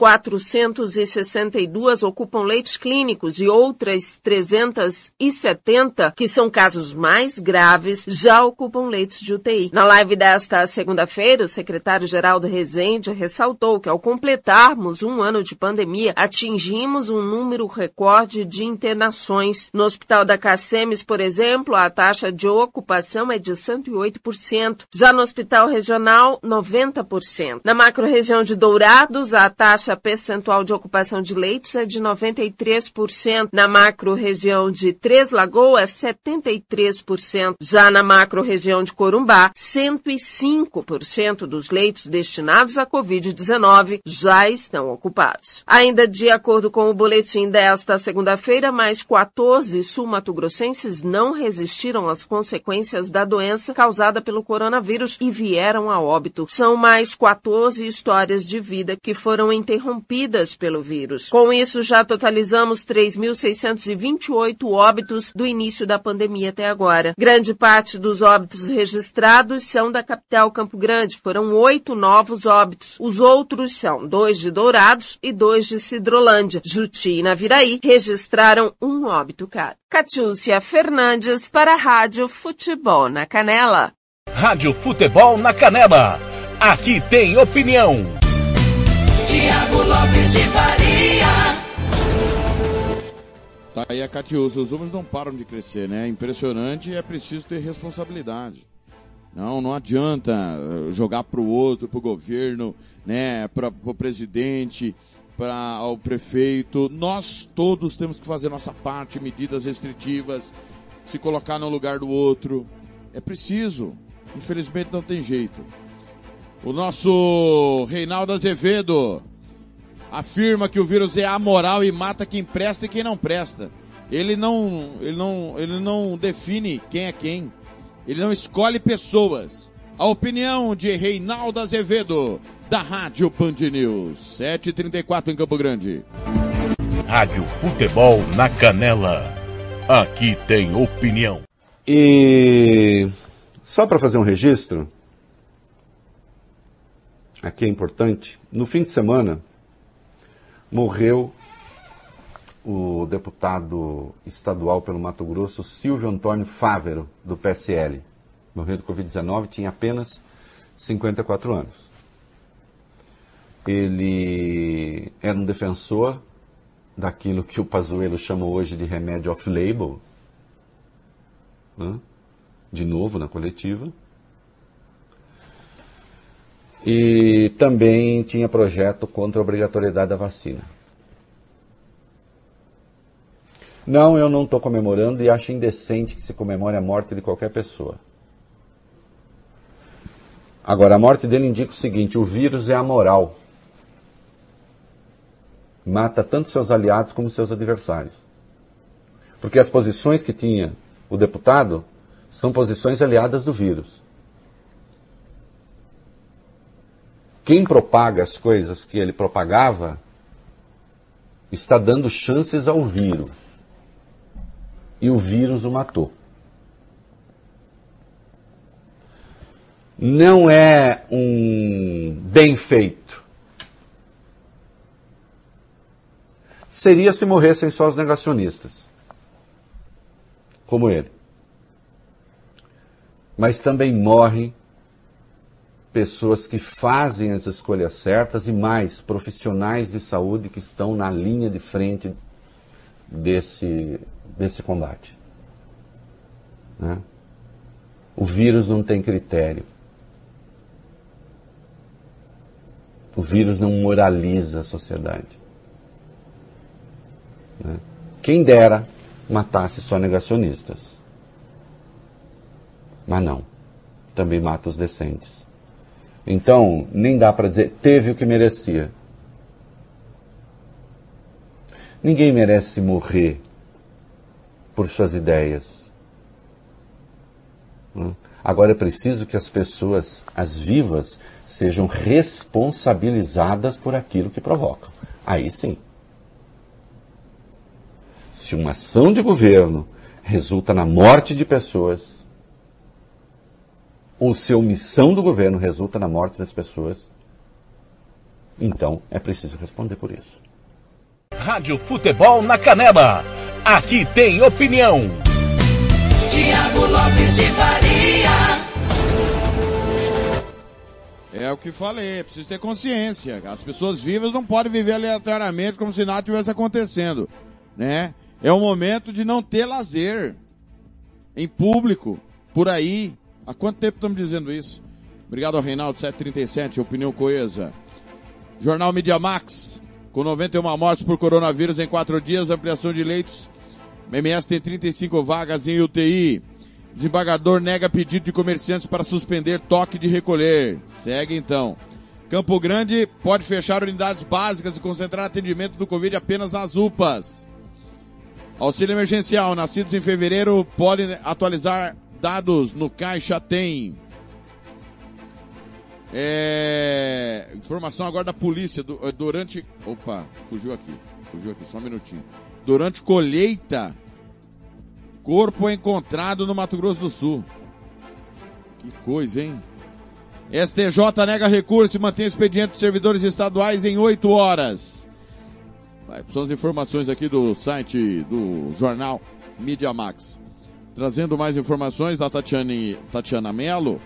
462 ocupam leitos clínicos e outras 370, que são casos mais graves, já ocupam leitos de UTI. Na live desta segunda-feira, o secretário Geraldo Rezende ressaltou que ao completarmos um ano de pandemia, atingimos um número recorde de internações. No Hospital da Cacemes, por exemplo, a taxa de ocupação é de 108%. Já no Hospital Regional, 90%. Na macro-região de Dourados, a taxa percentual de ocupação de leitos é de 93%. Na macro-região de Três Lagoas, 73%. Já na macro-região de Corumbá, 105% dos leitos destinados à Covid-19 já estão ocupados. Ainda de acordo com o boletim desta segunda-feira, mais 14 sul-mato-grossenses não resistiram às consequências da doença causada pelo coronavírus e vieram a óbito. São mais 14 histórias de vida que foram interrompidas pelo vírus. Com isso, já totalizamos 3.628 óbitos do início da pandemia até agora. Grande parte dos óbitos registrados são da capital Campo Grande. Foram 8 novos óbitos. Os outros são 2 de Dourados e 2 de Sidrolândia. Juti e Naviraí registraram um óbito cada. Catiúcia Fernandes para a Rádio Futebol na Canela. Rádio Futebol na Canela. Aqui tem opinião. Tiago Lopes de Faria. Tá aí a Catiúcia. Os números não param de crescer, né? É impressionante e é preciso ter responsabilidade. Não adianta jogar pro outro, pro governo, né, pro presidente, para o prefeito. Nós todos temos que fazer nossa parte, medidas restritivas, se colocar no lugar do outro. É preciso. Infelizmente não tem jeito. O nosso Reinaldo Azevedo afirma que o vírus é amoral e mata quem presta e quem não presta. Ele não define quem é quem. Ele não escolhe pessoas. A opinião de Reinaldo Azevedo, da Rádio Band News. 7h34 em Campo Grande. Rádio Futebol na Canela. Aqui tem opinião. E só para fazer um registro, aqui é importante, no fim de semana, morreu o deputado estadual pelo Mato Grosso, Silvio Antônio Fávero, do PSL. Morreu de Covid-19, tinha apenas 54 anos. Ele era um defensor daquilo que o Pazuello chama hoje de remédio off-label, né? De novo na coletiva. E também tinha projeto contra a obrigatoriedade da vacina. Não, eu não estou comemorando e acho indecente que se comemore a morte de qualquer pessoa. Agora, a morte dele indica o seguinte: o vírus é amoral. Mata tanto seus aliados como seus adversários. Porque as posições que tinha o deputado são posições aliadas do vírus. quem propaga as coisas que ele propagava está dando chances ao vírus. E o vírus o matou. Não é um bem feito. Seria se morressem só os negacionistas, como ele. Mas também morrem pessoas que fazem as escolhas certas e mais profissionais de saúde que estão na linha de frente desse combate. Né? O vírus não tem critério. O vírus não moraliza a sociedade. Né? Quem dera matasse só negacionistas. Mas não. Também mata os decentes. Então, nem dá para dizer, teve o que merecia. Ninguém merece morrer por suas ideias. Agora é preciso que as pessoas, as vivas, sejam responsabilizadas por aquilo que provocam. Aí sim. Se uma ação de governo resulta na morte de pessoas, ou se a omissão do governo resulta na morte das pessoas, então é preciso responder por isso. Rádio Futebol na Canela. Aqui tem opinião. Tiago Lopes de Faria. É o que falei, é preciso ter consciência. As pessoas vivas não podem viver aleatoriamente como se nada estivesse acontecendo, né? É o momento de não ter lazer em público, por aí. Há quanto tempo estamos dizendo isso? Obrigado ao Reinaldo 737, opinião coesa. Jornal Mídia Max, com 91 mortes por coronavírus em 4 dias, ampliação de leitos. MS tem 35 vagas em UTI. Desembargador nega pedido de comerciantes para suspender toque de recolher. Segue então. Campo Grande pode fechar unidades básicas e concentrar atendimento do Covid apenas nas UPAs. Auxílio emergencial, nascidos em fevereiro podem atualizar dados no Caixa Tem. Informação agora da polícia, durante... Opa, fugiu aqui, só um minutinho. Durante colheita, corpo é encontrado no Mato Grosso do Sul. Que coisa, hein? STJ nega recurso e mantém expediente dos servidores estaduais em 8 horas. São as informações aqui do site do jornal Mídia Max. Trazendo mais informações da Tatiana Mello.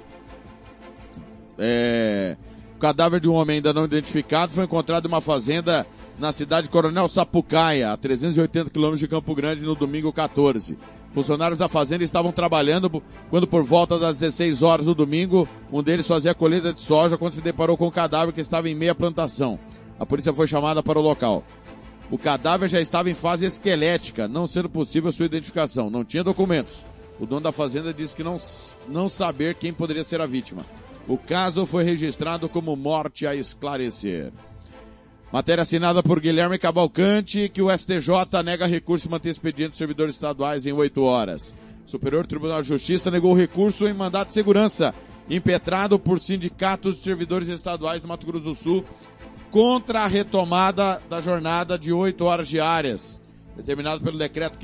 O cadáver de um homem ainda não identificado foi encontrado em uma fazenda na cidade de Coronel Sapucaia, a 380 quilômetros de Campo Grande, no domingo 14. Funcionários da fazenda estavam trabalhando quando, por volta das 16 horas do domingo, um deles fazia a colheita de soja quando se deparou com o cadáver que estava em meia plantação. A polícia foi chamada para o local. O cadáver já estava em fase esquelética, não sendo possível sua identificação. Não tinha documentos. O dono da fazenda disse que não saber quem poderia ser a vítima. O caso foi registrado como morte a esclarecer. Matéria assinada por Guilherme Cavalcante, que o STJ nega recurso e mantém expediente dos servidores estaduais em 8 horas. O Superior Tribunal de Justiça negou o recurso em mandado de segurança, impetrado por sindicatos de servidores estaduais do Mato Grosso do Sul, contra a retomada da jornada de 8 horas diárias, determinado pelo decreto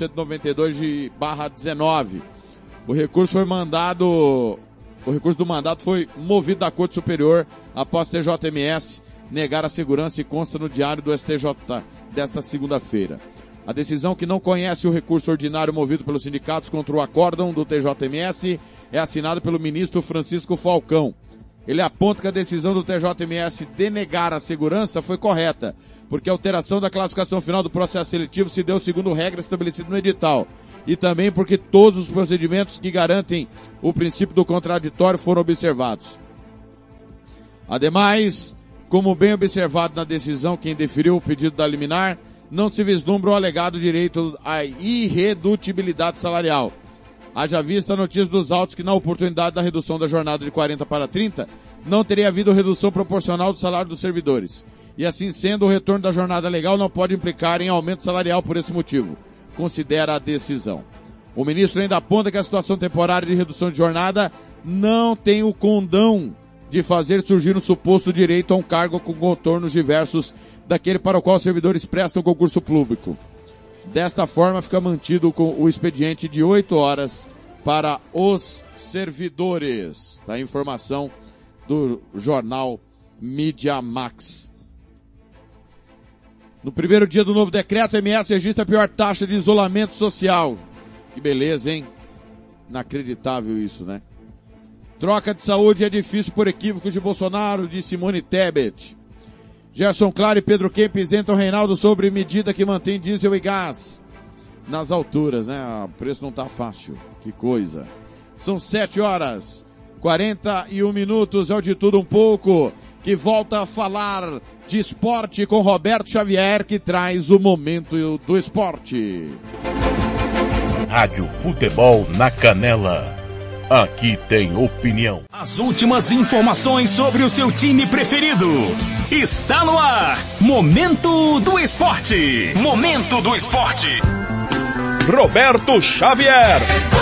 15.192/19. O recurso do mandato foi movido da Corte Superior após TJMS negar a segurança e consta no diário do STJ desta segunda-feira. A decisão, que não conhece o recurso ordinário movido pelos sindicatos contra o acórdão do TJMS, é assinada pelo ministro Francisco Falcão. Ele aponta que a decisão do TJMS de negar a segurança foi correta, porque a alteração da classificação final do processo seletivo se deu segundo regra estabelecida no edital, e também porque todos os procedimentos que garantem o princípio do contraditório foram observados. Ademais, como bem observado na decisão, quem deferiu o pedido da liminar, não se vislumbra o alegado direito à irredutibilidade salarial. Haja vista a notícia dos autos que, na oportunidade da redução da jornada de 40 para 30, não teria havido redução proporcional do salário dos servidores. E assim sendo, o retorno da jornada legal não pode implicar em aumento salarial por esse motivo, considera a decisão. O ministro ainda aponta que a situação temporária de redução de jornada não tem o condão de fazer surgir um suposto direito a um cargo com contornos diversos daquele para o qual os servidores prestam concurso público. Desta forma, fica mantido com o expediente de 8 horas para os servidores. Tá a informação do jornal Mídia Max. No primeiro dia do novo decreto, a MS registra a pior taxa de isolamento social. Que beleza, hein? Inacreditável isso, né? Troca de saúde é difícil por equívocos de Bolsonaro, disse Simone Tebet. Gerson Claro e Pedro Kemp isentam Reinaldo sobre medida que mantém diesel e gás nas alturas, né? O preço não tá fácil. Que coisa. São 7 horas, 41 minutos, é o de tudo um pouco, que volta a falar de esporte com Roberto Xavier, que traz o momento do esporte. Rádio Futebol na Canela. Aqui tem opinião. As últimas informações sobre o seu time preferido. Está no ar. Momento do Esporte. Momento do Esporte. Roberto Xavier.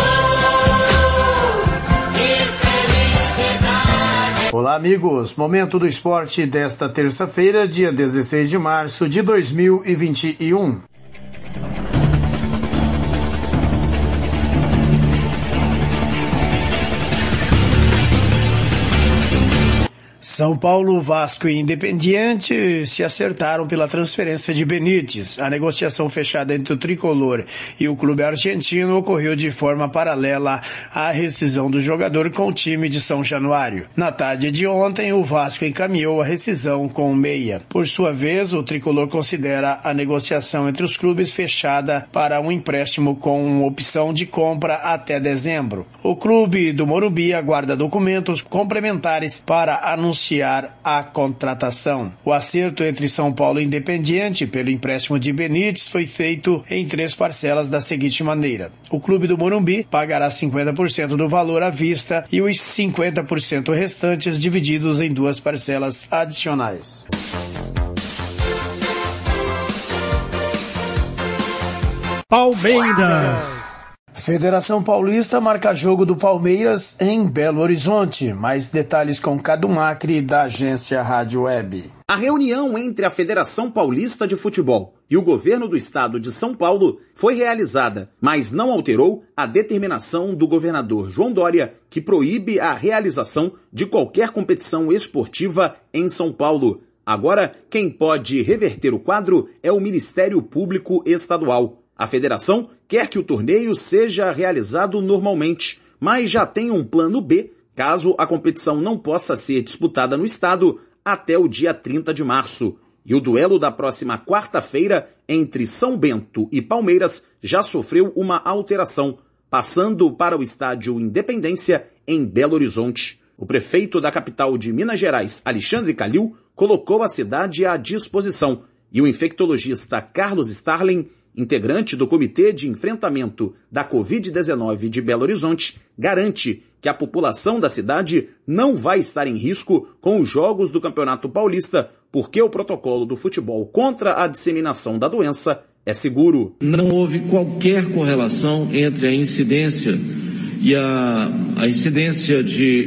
Olá, amigos. Momento do Esporte desta terça-feira, dia 16 de março de 2021. São Paulo, Vasco e Independiente se acertaram pela transferência de Benítez. A negociação fechada entre o tricolor e o clube argentino ocorreu de forma paralela à rescisão do jogador com o time de São Januário. Na tarde de ontem, o Vasco encaminhou a rescisão com o Meia. Por sua vez, o tricolor considera a negociação entre os clubes fechada para um empréstimo com opção de compra até dezembro. O clube do Morumbi aguarda documentos complementares para anunciar a contratação. O acerto entre São Paulo e Independiente pelo empréstimo de Benítez foi feito em 3 parcelas da seguinte maneira: o clube do Morumbi pagará 50% do valor à vista e os 50% restantes divididos em 2 parcelas adicionais. Palmeiras. Federação Paulista marca jogo do Palmeiras em Belo Horizonte. Mais detalhes com Cadu Macri, da agência Rádio Web. A reunião entre a Federação Paulista de Futebol e o governo do estado de São Paulo foi realizada, mas não alterou a determinação do governador João Dória, que proíbe a realização de qualquer competição esportiva em São Paulo. Agora, quem pode reverter o quadro é o Ministério Público Estadual. A federação quer que o torneio seja realizado normalmente, mas já tem um plano B, caso a competição não possa ser disputada no estado até o dia 30 de março. E o duelo da próxima quarta-feira entre São Bento e Palmeiras já sofreu uma alteração, passando para o estádio Independência, em Belo Horizonte. O prefeito da capital de Minas Gerais, Alexandre Calil, colocou a cidade à disposição, e o infectologista Carlos Starling, integrante do Comitê de Enfrentamento da Covid-19 de Belo Horizonte, garante que a população da cidade não vai estar em risco com os jogos do Campeonato Paulista, porque o protocolo do futebol contra a disseminação da doença é seguro. Não houve qualquer correlação entre a incidência e a incidência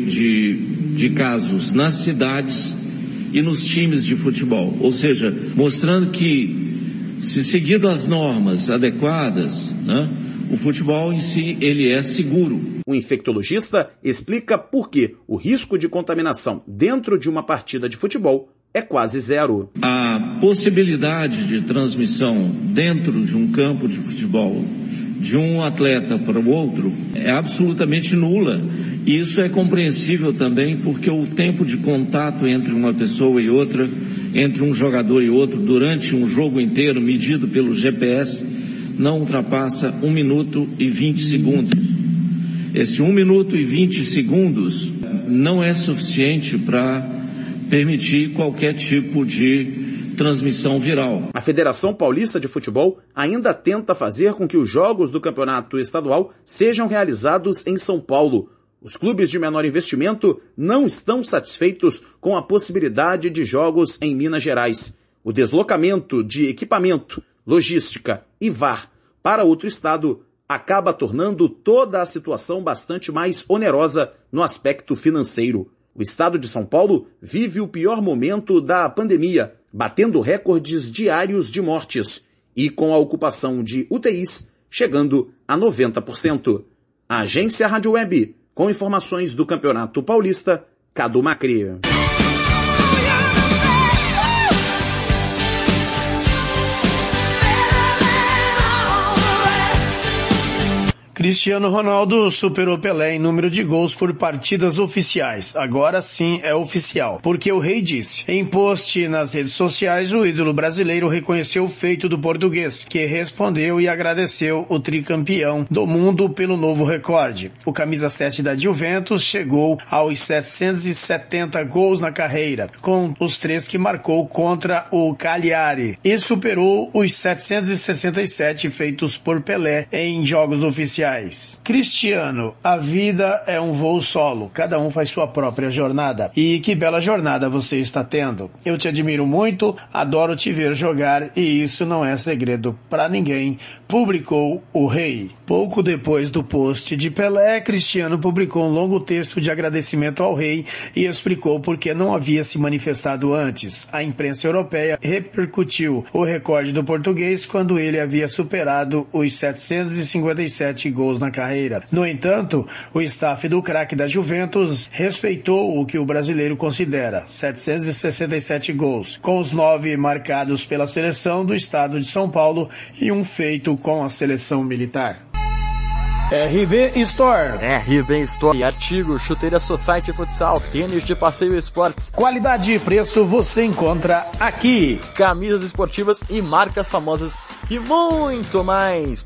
de casos nas cidades e nos times de futebol. Ou seja, mostrando que, se seguido as normas adequadas, né, o futebol em si ele é seguro. O infectologista explica por que o risco de contaminação dentro de uma partida de futebol é quase zero. A possibilidade de transmissão dentro de um campo de futebol de um atleta para o outro é absolutamente nula. E isso é compreensível também porque o tempo de contato entre uma pessoa e outra, entre um jogador e outro, durante um jogo inteiro, medido pelo GPS, não ultrapassa 1 minuto e 20 segundos. Esse 1 minuto e 20 segundos não é suficiente para permitir qualquer tipo de transmissão viral. A Federação Paulista de Futebol ainda tenta fazer com que os jogos do campeonato estadual sejam realizados em São Paulo. Os clubes de menor investimento não estão satisfeitos com a possibilidade de jogos em Minas Gerais. O deslocamento de equipamento, logística e VAR para outro estado acaba tornando toda a situação bastante mais onerosa no aspecto financeiro. O estado de São Paulo vive o pior momento da pandemia, batendo recordes diários de mortes e com a ocupação de UTIs chegando a 90%. A Agência Rádio Web, com informações do Campeonato Paulista, Cadu Macri. Cristiano Ronaldo superou Pelé em número de gols por partidas oficiais. Agora sim é oficial, porque o rei disse. Em post nas redes sociais, o ídolo brasileiro reconheceu o feito do português, que respondeu e agradeceu o tricampeão do mundo pelo novo recorde. O camisa 7 da Juventus chegou aos 770 gols na carreira, com os 3 que marcou contra o Cagliari, e superou os 767 feitos por Pelé em jogos oficiais. Cristiano, a vida é um voo solo, cada um faz sua própria jornada. E que bela jornada você está tendo. Eu te admiro muito, adoro te ver jogar e isso não é segredo para ninguém, publicou o rei. Pouco depois do post de Pelé, Cristiano publicou um longo texto de agradecimento ao rei e explicou por que não havia se manifestado antes. A imprensa europeia repercutiu o recorde do português quando ele havia superado os 757 gols na carreira. No entanto, o staff do craque da Juventus respeitou o que o brasileiro considera 767 gols, com os 9 marcados pela seleção do estado de São Paulo e um feito com a seleção militar. RB Store. RB Store. Artigos, chuteira Society Futsal, tênis de passeio e esportes. Qualidade e preço você encontra aqui. Camisas esportivas e marcas famosas e muito mais.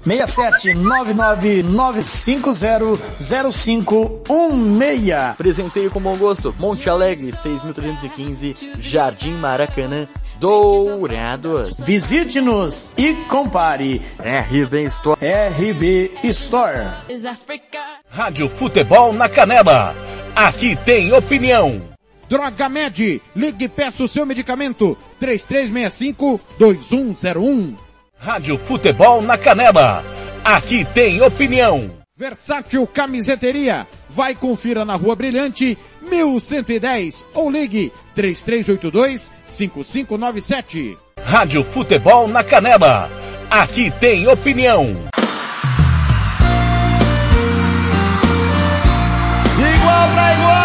679500516. Presenteio com bom gosto. Monte Alegre, 6.315, Jardim Maracanã, Dourados. Visite-nos e compare. RB Store. RB Store. Rádio Futebol na Canela. Aqui tem opinião. Drogamed, ligue e peça o seu medicamento. 3365-2101. Rádio Futebol na Canela. Aqui tem opinião. Versátil Camiseteria. Vai, confira na Rua Brilhante, 1110. Ou ligue 3382-5597. Rádio Futebol na Canela. Aqui tem opinião. Igual pra igual.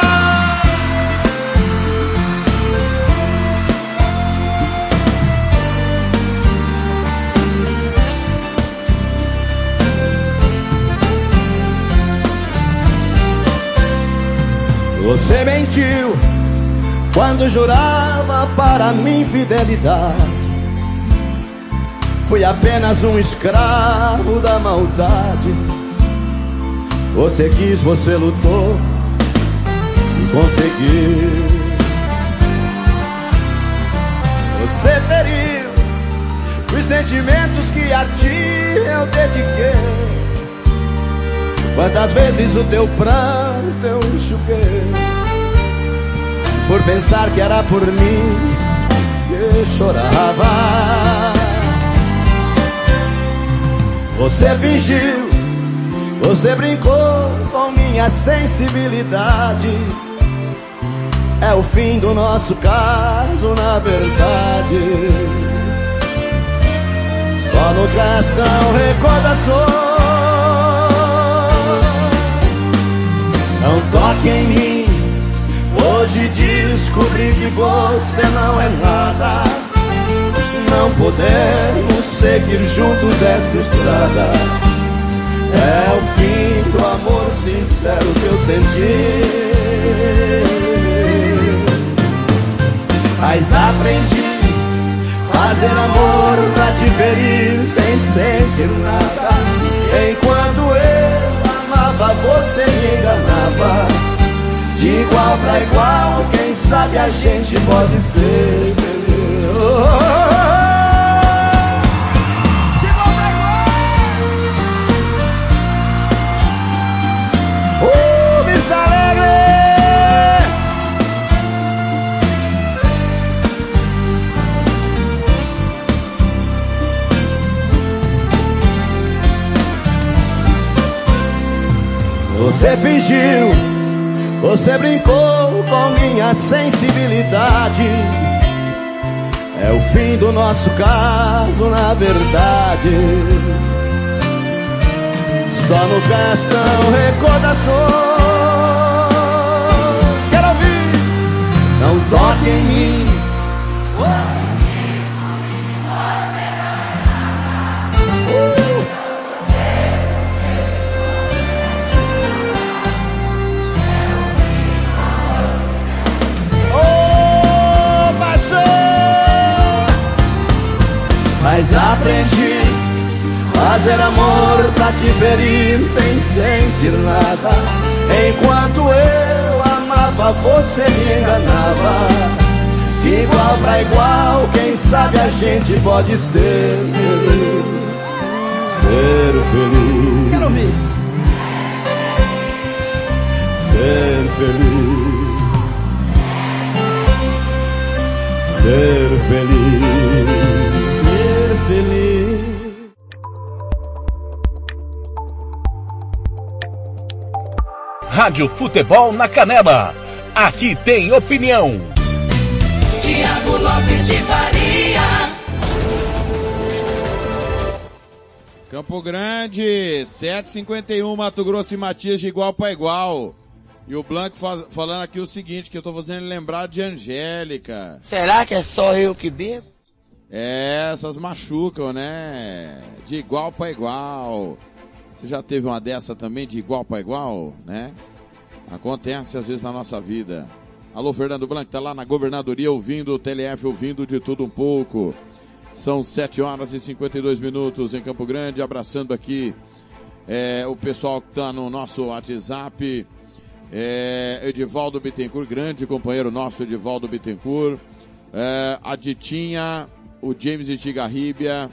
Você mentiu quando jurava para mim fidelidade. Fui apenas um escravo da maldade. Você quis, você lutou e conseguiu. Você feriu os sentimentos que a ti eu dediquei. Quantas vezes o teu pranto eu enxuguei, por pensar que era por mim que chorava. Você fingiu, você brincou com minha sensibilidade. É o fim do nosso caso, na verdade. Só nos restam recordações. Não toque em mim, hoje descobri que você não é nada. Não podemos seguir juntos essa estrada. É o fim do amor sincero que eu senti. Mas aprendi fazer amor pra te ferir sem sentir nada. Enquanto eu amava, você me enganava. De igual pra igual, quem sabe a gente pode ser melhor. Você fingiu, Você brincou com minha sensibilidade. É o fim do nosso caso, na verdade. Só nos restam recordações. Quero ouvir. Não toque em mim. Mas aprendi a fazer amor pra te ferir sem sentir nada. Enquanto eu amava, você me enganava. De igual pra igual, quem sabe a gente pode ser feliz. Ser feliz. Quero ouvir isso. Ser feliz. Ser feliz. Feliz. Rádio Futebol na Canela. Aqui tem opinião. Tiago Lopes de Faria. Campo Grande, 7h51, Mato Grosso e Matias de igual para igual. E o Blanco falando aqui o seguinte, que eu tô fazendo ele lembrar de Angélica. Será que é só eu que bebo? É, essas machucam, né? De igual para igual. Você já teve uma dessa também, de igual para igual, né? Acontece às vezes na nossa vida. Alô, Fernando Blanco, tá lá na governadoria ouvindo o TLF, ouvindo de tudo um pouco. São 7h52 em Campo Grande, abraçando aqui o pessoal que tá no nosso WhatsApp. Edivaldo Bittencourt, grande companheiro nosso, Edivaldo Bittencourt. A Ditinha, o James Estigarribia.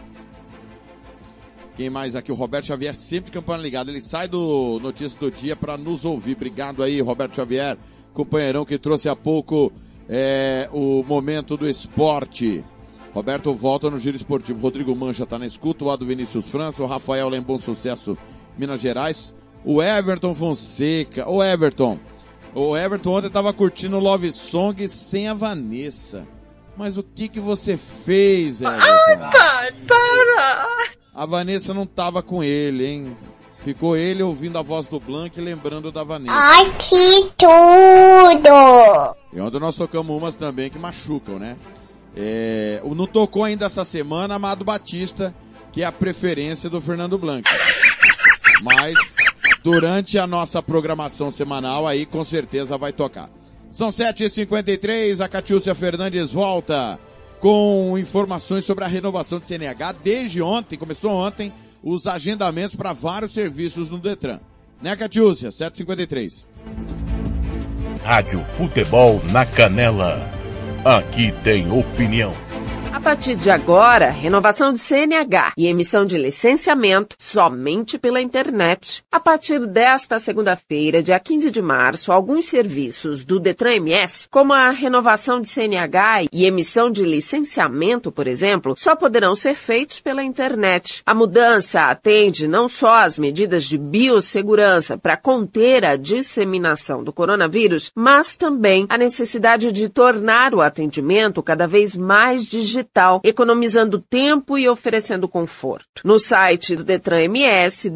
Quem mais aqui? O Roberto Xavier, sempre campana ligada. Ele sai do Notícia do Dia para nos ouvir. Obrigado aí, Roberto Xavier, companheirão que trouxe há pouco o momento do esporte. Roberto volta no Giro Esportivo. Rodrigo Mancha tá na escuta. O Ado Vinícius França. O Rafael lá em Bom Sucesso, Minas Gerais. O Everton Fonseca. O Everton ontem tava curtindo o Love Song sem a Vanessa. Mas o que você fez, Everton? Ai, pai, para! A Vanessa não tava com ele, hein? Ficou ele ouvindo a voz do Blanc e lembrando da Vanessa. Ai, que tudo! E ontem nós tocamos umas também que machucam, né? Não tocou ainda essa semana Amado Batista, que é a preferência do Fernando Blanc. Mas durante a nossa programação semanal aí com certeza vai tocar. São 7h53, a Catiúcia Fernandes volta com informações sobre a renovação do CNH. Desde ontem, começou ontem, os agendamentos para vários serviços no Detran. Né, Catiúcia? 7h53. Rádio Futebol na Canela. Aqui tem opinião. A partir de agora, renovação de CNH e emissão de licenciamento somente pela internet. A partir desta segunda-feira, dia 15 de março, alguns serviços do Detran MS, como a renovação de CNH e emissão de licenciamento, por exemplo, só poderão ser feitos pela internet. A mudança atende não só às medidas de biossegurança para conter a disseminação do coronavírus, mas também a necessidade de tornar o atendimento cada vez mais digital, economizando tempo e oferecendo conforto. No site do Detran MS,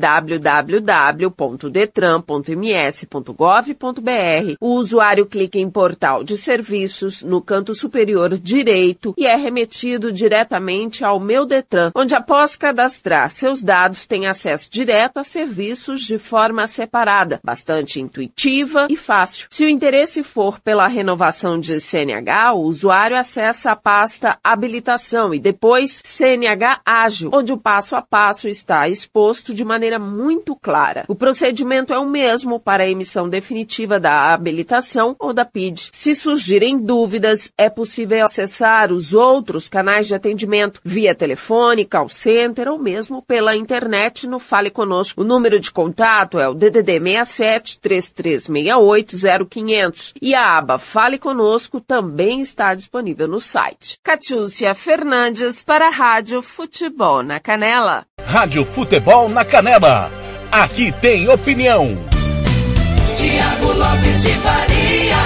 www.detran.ms.gov.br, o usuário clica em Portal de Serviços no canto superior direito e é remetido diretamente ao Meu Detran, onde após cadastrar seus dados tem acesso direto a serviços de forma separada, bastante intuitiva e fácil. Se o interesse for pela renovação de CNH, o usuário acessa a pasta Habilitação e depois CNH Ágil, onde o passo a passo está exposto de maneira muito clara. O procedimento é o mesmo para a emissão definitiva da habilitação ou da PID. Se surgirem dúvidas, é possível acessar os outros canais de atendimento via telefone, call center ou mesmo pela internet no Fale Conosco. O número de contato é o DDD 67 3368 0500 e a aba Fale Conosco também está disponível no site. Catiúcia Fernandes para a Rádio Futebol na Canela. Rádio Futebol na Canela. Aqui tem opinião. Tiago Lopes de Faria.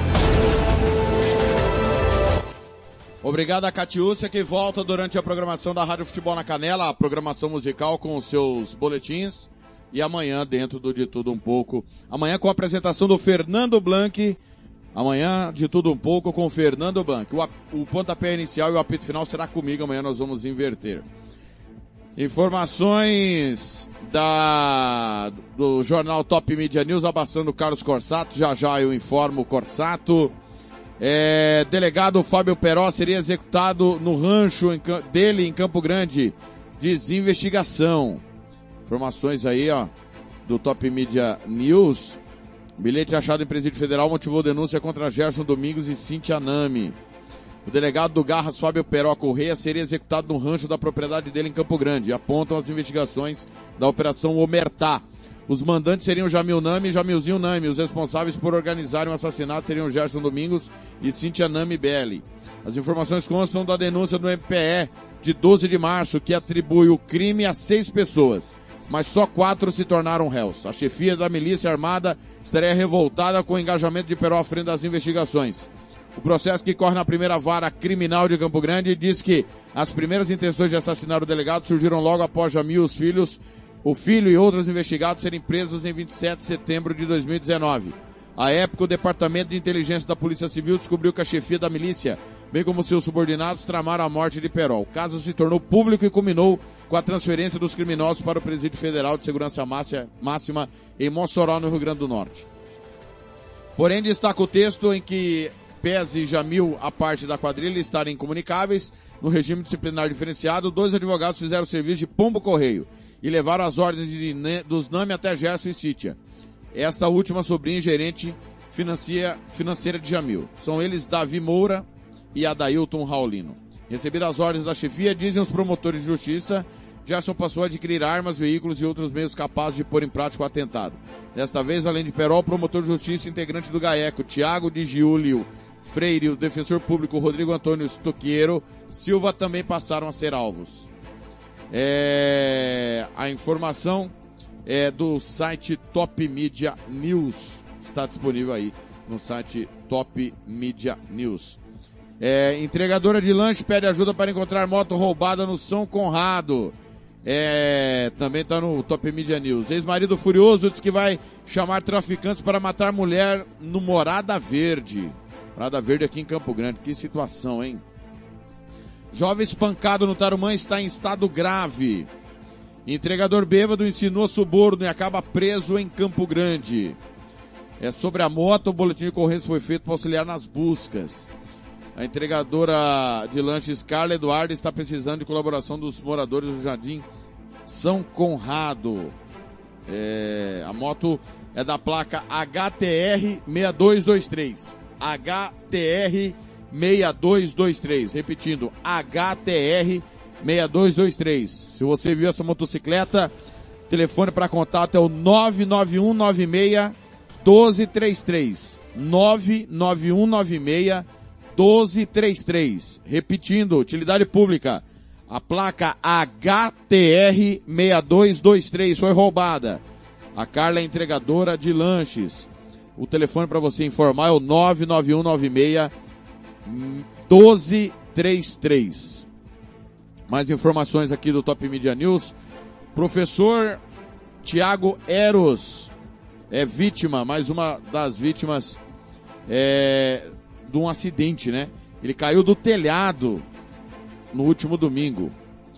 Obrigado a Catiúcia, que volta durante a programação da Rádio Futebol na Canela, a programação musical com os seus boletins. E amanhã, dentro do De Tudo Um Pouco, amanhã com a apresentação do Fernando Blanc, amanhã De Tudo Um Pouco com o Fernando Blanc. O pontapé inicial e o apito final será comigo, amanhã nós vamos inverter. Informações do jornal Top Media News, abraçando o Carlos Corsato, já eu informo o Corsato. Delegado Fábio Peró seria executado no rancho dele em Campo Grande, diz investigação. Informações aí, do Top Media News. Bilhete achado em presídio federal motivou denúncia contra Gerson Domingos e Cíntia Nami. O delegado do Garras, Fábio Peró Correia, seria executado no rancho da propriedade dele em Campo Grande. Apontam as investigações da Operação Omertá. Os mandantes seriam Jamil Nami e Jamilzinho Nami. Os responsáveis por organizarem o assassinato seriam Gerson Domingos e Cíntia Nami Belli. As informações constam da denúncia do MPE de 12 de março, que atribui o crime a 6 pessoas, mas só 4 se tornaram réus. A chefia da milícia armada estaria revoltada com o engajamento de Peró à frente das investigações. O processo, que corre na primeira vara criminal de Campo Grande, diz que as primeiras intenções de assassinar o delegado surgiram logo após Jamil o filho e outros investigados serem presos em 27 de setembro de 2019. À época, o Departamento de Inteligência da Polícia Civil descobriu que a chefia da milícia, bem como seus subordinados, tramaram a morte de Peró. O caso se tornou público e culminou com a transferência dos criminosos para o Presídio Federal de Segurança Máxima em Mossoró, no Rio Grande do Norte. Porém, destaca o texto em que Pese e Jamil, a parte da quadrilha, estarem incomunicáveis. No regime disciplinar diferenciado, 2 advogados fizeram serviço de pombo-correio e levaram as ordens dos Nami até Gerson e Cíntia. Esta última sobrinha e gerente financeira de Jamil. São eles Davi Moura e Adailton Raulino. Recebidas as ordens da chefia, dizem os promotores de justiça, Gerson passou a adquirir armas, veículos e outros meios capazes de pôr em prática o atentado. Desta vez, além de Peró, o promotor de justiça integrante do GAECO, Tiago de Giulio Freire, o defensor público Rodrigo Antônio Stoquiero Silva também passaram a ser alvos. A informação é do site Top Media News. Está disponível aí no site Top Media News. Entregadora de lanche pede ajuda para encontrar moto roubada no São Conrado. Também está no Top Media News. Ex-marido furioso diz que vai chamar traficantes para matar mulher no Morada Verde. Morada Verde aqui em Campo Grande. Que situação, hein? Jovem espancado no Tarumã está em estado grave. Entregador bêbado insinua suborno e acaba preso em Campo Grande. Sobre a moto, o boletim de ocorrência foi feito para auxiliar nas buscas. A entregadora de lanches Carla Eduardo está precisando de colaboração dos moradores do Jardim São Conrado. A moto é da placa HTR 6223. HTR 6223. Repetindo, HTR 6223. Se você viu essa motocicleta, telefone para contato é o 99196 1233. 99196 1233. Repetindo, utilidade pública. A placa HTR 6223 foi roubada. A Carla é entregadora de lanches. O telefone para você informar é o 99196 1233. Mais informações aqui do Top Media News. Professor Tiago Eros é vítima, mais uma das vítimas de um acidente, né? Ele caiu do telhado no último domingo.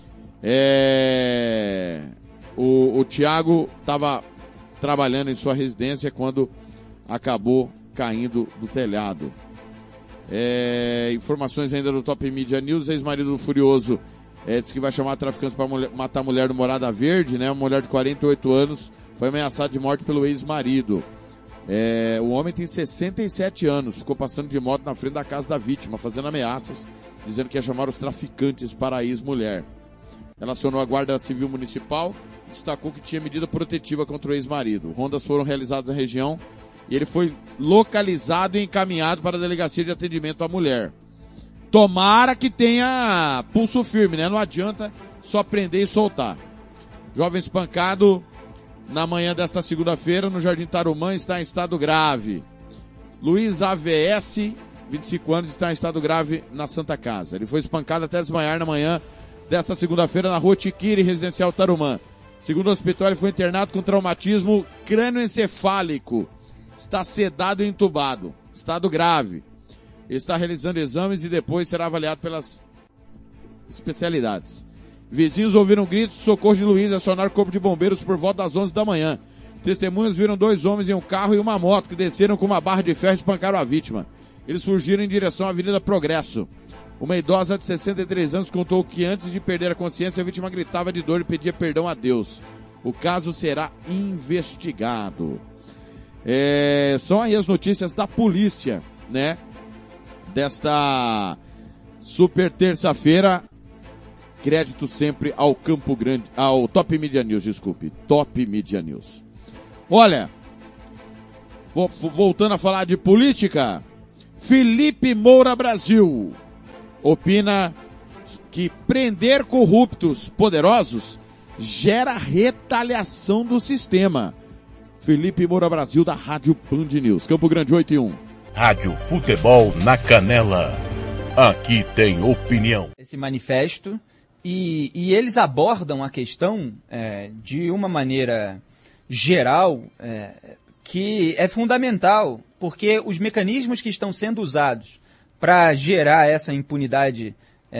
O Tiago estava trabalhando em sua residência quando acabou caindo do telhado. Informações ainda do Top Media News. Ex-marido do Furioso diz que vai chamar traficantes para matar a mulher do Morada Verde, né? Uma mulher de 48 anos foi ameaçada de morte pelo ex-marido. O homem tem 67 anos, ficou passando de moto na frente da casa da vítima, fazendo ameaças, dizendo que ia chamar os traficantes para a ex-mulher. Ela acionou a Guarda Civil Municipal e destacou que tinha medida protetiva contra o ex-marido. Rondas foram realizadas na região e ele foi localizado e encaminhado para a Delegacia de Atendimento à Mulher. Tomara que tenha pulso firme, né? Não adianta só prender e soltar. Jovem espancado na manhã desta segunda-feira, no Jardim Tarumã, está em estado grave. Luiz AVS, 25 anos, está em estado grave na Santa Casa. Ele foi espancado até desmaiar na manhã desta segunda-feira na rua Tiquiri, residencial Tarumã. Segundo o hospital, ele foi internado com traumatismo crânioencefálico. Está sedado e entubado. Estado grave. Está realizando exames e depois será avaliado pelas especialidades. Vizinhos ouviram gritos de socorro de Luiz e acionaram o corpo de bombeiros por volta das 11 da manhã. Testemunhas viram 2 homens em um carro e uma moto que desceram com uma barra de ferro e espancaram a vítima. Eles fugiram em direção à Avenida Progresso. Uma idosa de 63 anos contou que antes de perder a consciência, a vítima gritava de dor e pedia perdão a Deus. O caso será investigado. São aí as notícias da polícia, né? Desta super terça-feira. Crédito sempre ao Campo Grande, ao Top Media News, desculpe. Top Media News. Olha, voltando a falar de política, Felipe Moura Brasil opina que prender corruptos poderosos gera retaliação do sistema. Felipe Moura Brasil, da Rádio Band News. Campo Grande 8 e 1. Rádio Futebol na Canela. Aqui tem opinião. Esse manifesto, e eles abordam a questão de uma maneira geral que é fundamental, porque os mecanismos que estão sendo usados para gerar essa impunidade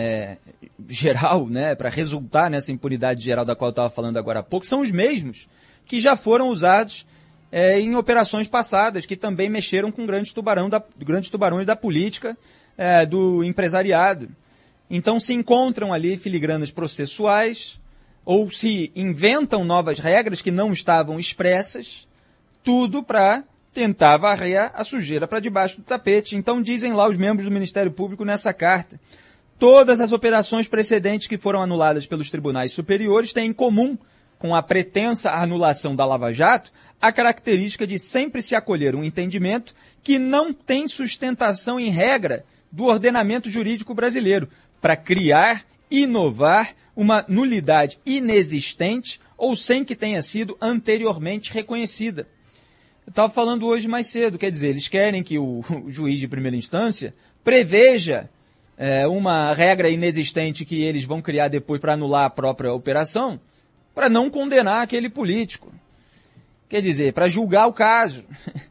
geral, né, para resultar nessa impunidade geral da qual eu estava falando agora há pouco, são os mesmos que já foram usados em operações passadas, que também mexeram com grandes tubarões da política, do empresariado. Então se encontram ali filigranas processuais, ou se inventam novas regras que não estavam expressas, tudo para tentar varrer a sujeira para debaixo do tapete. Então dizem lá os membros do Ministério Público nessa carta: todas as operações precedentes que foram anuladas pelos tribunais superiores têm em comum com a pretensa anulação da Lava Jato a característica de sempre se acolher um entendimento que não tem sustentação em regra do ordenamento jurídico brasileiro, para criar, inovar uma nulidade inexistente ou sem que tenha sido anteriormente reconhecida. Eu estava falando hoje mais cedo, quer dizer, eles querem que o juiz de primeira instância preveja uma regra inexistente que eles vão criar depois para anular a própria operação, para não condenar aquele político. Quer dizer, para julgar o caso.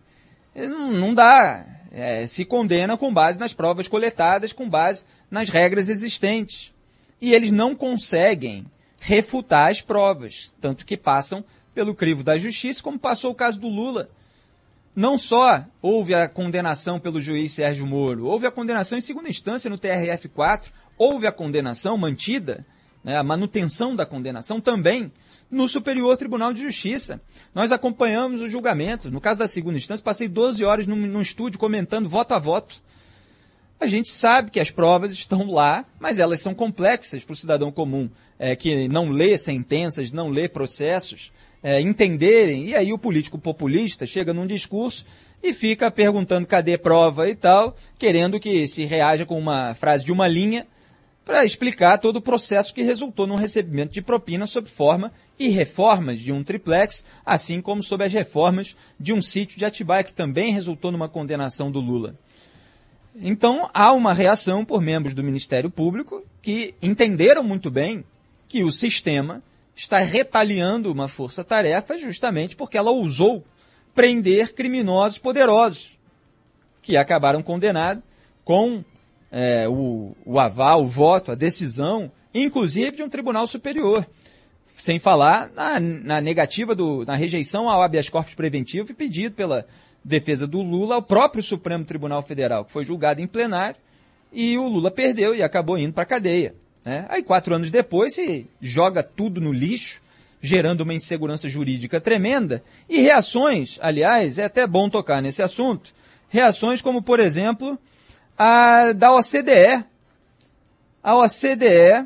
Não dá. Se condena com base nas provas coletadas, com base nas regras existentes. E eles não conseguem refutar as provas, tanto que passam pelo crivo da justiça, como passou o caso do Lula. Não só houve a condenação pelo juiz Sérgio Moro, houve a condenação em segunda instância no TRF4, houve a condenação mantida, né, a manutenção da condenação também no Superior Tribunal de Justiça. Nós acompanhamos o julgamento. No caso da segunda instância, passei 12 horas num estúdio comentando voto a voto. A gente sabe que as provas estão lá, mas elas são complexas para o cidadão comum, que não lê sentenças, não lê processos, entenderem. E aí o político populista chega num discurso e fica perguntando cadê prova e tal, querendo que se reaja com uma frase de uma linha para explicar todo o processo que resultou num recebimento de propina sob forma e reformas de um triplex, assim como sob as reformas de um sítio de Atibaia, que também resultou numa condenação do Lula. Então, há uma reação por membros do Ministério Público que entenderam muito bem que o sistema está retaliando uma força-tarefa justamente porque ela ousou prender criminosos poderosos, que acabaram condenados com o aval, o voto, a decisão, inclusive de um tribunal superior. Sem falar na negativa, na rejeição ao habeas corpus preventivo e pedido pela defesa do Lula ao próprio Supremo Tribunal Federal, que foi julgado em plenário, e o Lula perdeu e acabou indo para a cadeia. Né? Aí 4 anos depois se joga tudo no lixo, gerando uma insegurança jurídica tremenda, e reações, aliás, é até bom tocar nesse assunto, reações como, por exemplo, a da OCDE. A OCDE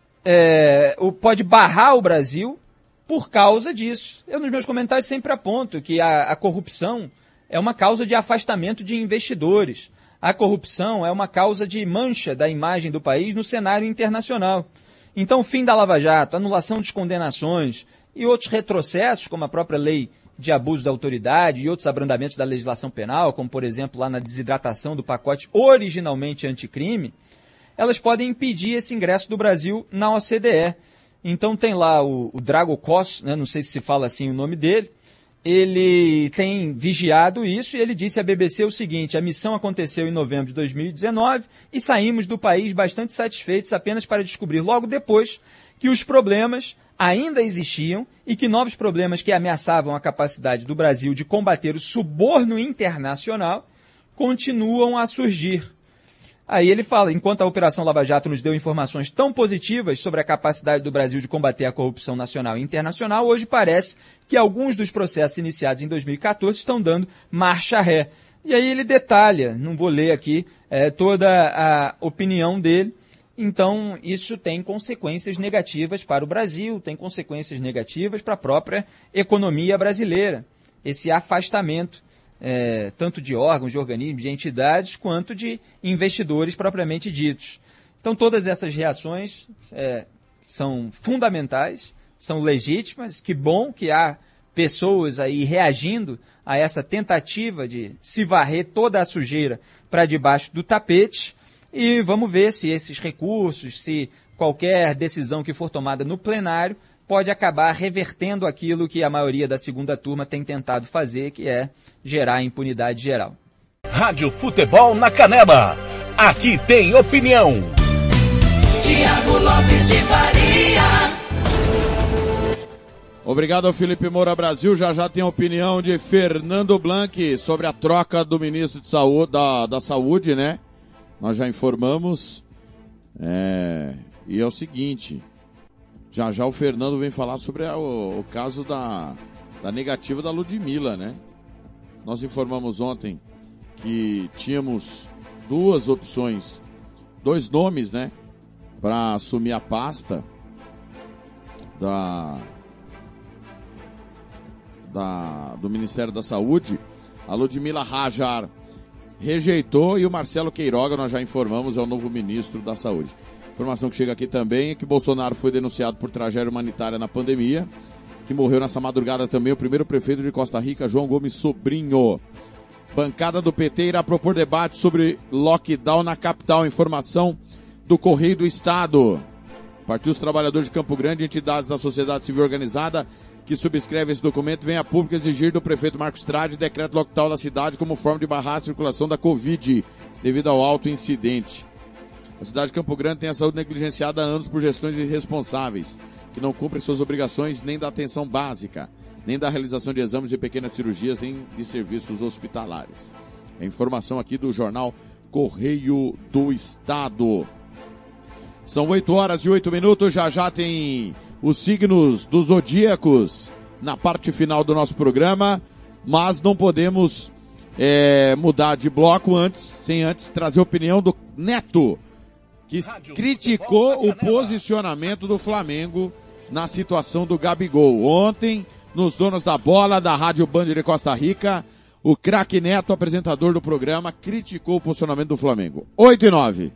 pode barrar o Brasil por causa disso. Eu, nos meus comentários, sempre aponto que a corrupção é uma causa de afastamento de investidores. A corrupção é uma causa de mancha da imagem do país no cenário internacional. Então, fim da Lava Jato, anulação de condenações e outros retrocessos, como a própria lei de abuso da autoridade e outros abrandamentos da legislação penal, como por exemplo lá na desidratação do pacote originalmente anticrime, elas podem impedir esse ingresso do Brasil na OCDE. Então tem lá o Drago Kos, né, não sei se fala assim o nome dele, ele tem vigiado isso e ele disse à BBC o seguinte: a missão aconteceu em novembro de 2019 e saímos do país bastante satisfeitos apenas para descobrir logo depois que os problemas ainda existiam e que novos problemas que ameaçavam a capacidade do Brasil de combater o suborno internacional continuam a surgir. Aí ele fala, enquanto a Operação Lava Jato nos deu informações tão positivas sobre a capacidade do Brasil de combater a corrupção nacional e internacional, hoje parece que alguns dos processos iniciados em 2014 estão dando marcha ré. E aí ele detalha, não vou ler aqui toda a opinião dele. Então, isso tem consequências negativas para o Brasil, tem consequências negativas para a própria economia brasileira. Esse afastamento, tanto de órgãos, de organismos, de entidades, quanto de investidores propriamente ditos. Então, todas essas reações são fundamentais, são legítimas. Que bom que há pessoas aí reagindo a essa tentativa de se varrer toda a sujeira para debaixo do tapete. E vamos ver se esses recursos, se qualquer decisão que for tomada no plenário pode acabar revertendo aquilo que a maioria da segunda turma tem tentado fazer, que é gerar impunidade geral. Rádio Futebol na Canela. Aqui tem opinião. Tiago Lopes de Faria. Obrigado ao Felipe Moura Brasil. Já tem a opinião de Fernando Blanc sobre a troca do ministro de Saúde, da Saúde, né? Nós já informamos, e é o seguinte, já o Fernando vem falar sobre o caso da negativa da Ludmilla, né? Nós informamos ontem que tínhamos duas opções, dois nomes, né, para assumir a pasta do Ministério da Saúde. A Ludmilla Rajar rejeitou e o Marcelo Queiroga, nós já informamos, é o novo ministro da Saúde. Informação que chega aqui também é que Bolsonaro foi denunciado por tragédia humanitária na pandemia, que morreu nessa madrugada também o primeiro prefeito de Costa Rica, João Gomes Sobrinho. Bancada do PT irá propor debate sobre lockdown na capital. Informação do Correio do Estado. Partido dos Trabalhadores de Campo Grande e entidades da sociedade civil organizada que subscreve esse documento vem a público exigir do prefeito Marcos Trade decreto lockdown da cidade como forma de barrar a circulação da Covid devido ao alto incidente. A cidade de Campo Grande tem a saúde negligenciada há anos por gestões irresponsáveis, que não cumprem suas obrigações nem da atenção básica, nem da realização de exames de pequenas cirurgias, nem de serviços hospitalares. É informação aqui do jornal Correio do Estado. São 8h08, já tem os signos dos zodíacos na parte final do nosso programa, mas não podemos mudar de bloco sem antes trazer a opinião do Neto, que criticou o posicionamento do Flamengo na situação do Gabigol. Ontem, nos Donos da Bola da Rádio Band de Costa Rica, o craque Neto, apresentador do programa, criticou o posicionamento do Flamengo. 8h09.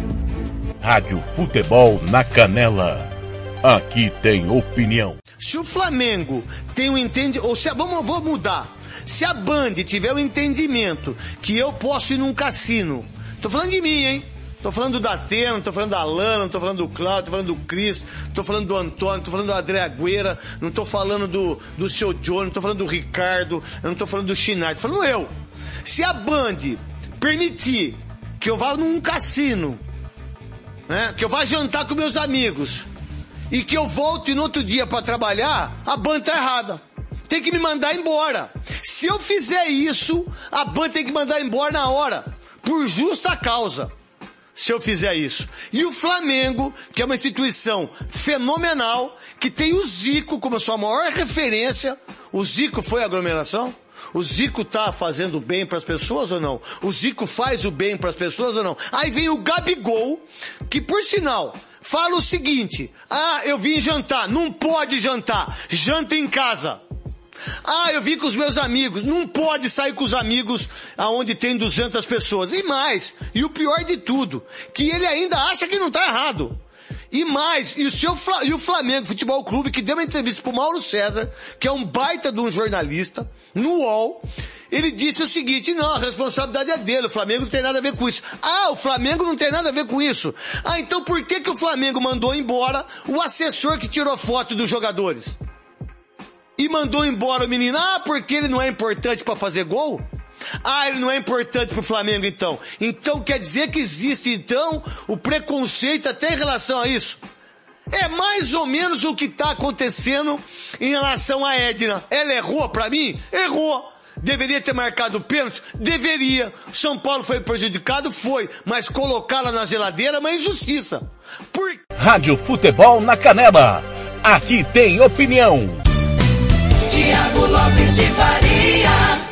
Rádio Futebol na Canela. Aqui tem opinião. Se o Flamengo tem um entendimento, ou se vou mudar. Se a Band tiver um entendimento que eu posso ir num cassino, tô falando de mim, hein? Tô falando da Atena, tô falando da Lana, não tô falando do Cláudio, tô falando do Cris, tô falando do Antônio, tô falando do André Agüera, não tô falando do seu Johnny, não tô falando do Ricardo, eu não tô falando do Chinard, tô falando eu. Se a Band permitir que eu vá num cassino, né, que eu vá jantar com meus amigos e que eu volte no outro dia para trabalhar, a Band tá errada. Tem que me mandar embora. Se eu fizer isso, a Band tem que mandar embora na hora, por justa causa. Se eu fizer isso. E o Flamengo, que é uma instituição fenomenal, que tem o Zico como a sua maior referência. O Zico foi aglomeração? O Zico tá fazendo bem para as pessoas ou não? O Zico faz o bem para as pessoas ou não? Aí vem o Gabigol, que por sinal fala o seguinte: eu vim jantar. Não pode jantar. Janta em casa. Eu vim com os meus amigos. Não pode sair com os amigos aonde tem 200 pessoas. E mais, e o pior de tudo, que ele ainda acha que não tá errado. E mais, e o Flamengo Futebol Clube, que deu uma entrevista pro Mauro César, que é um baita de um jornalista, no UOL, ele disse o seguinte: não, a responsabilidade é dele, o Flamengo não tem nada a ver com isso. Ah, o Flamengo não tem nada a ver com isso. Ah, então por que o Flamengo mandou embora o assessor que tirou foto dos jogadores? E mandou embora o menino, porque ele não é importante para fazer gol? Ah, ele não é importante pro Flamengo então. Então quer dizer que existe então o preconceito até em relação a isso. É mais ou menos o que tá acontecendo em relação a Edna. Ela errou pra mim? Errou. Deveria ter marcado o pênalti? Deveria. São Paulo foi prejudicado? Foi. Mas colocá-la na geladeira é uma injustiça. Rádio Futebol na Canela. Aqui tem opinião. Tiago Lopes de Faria.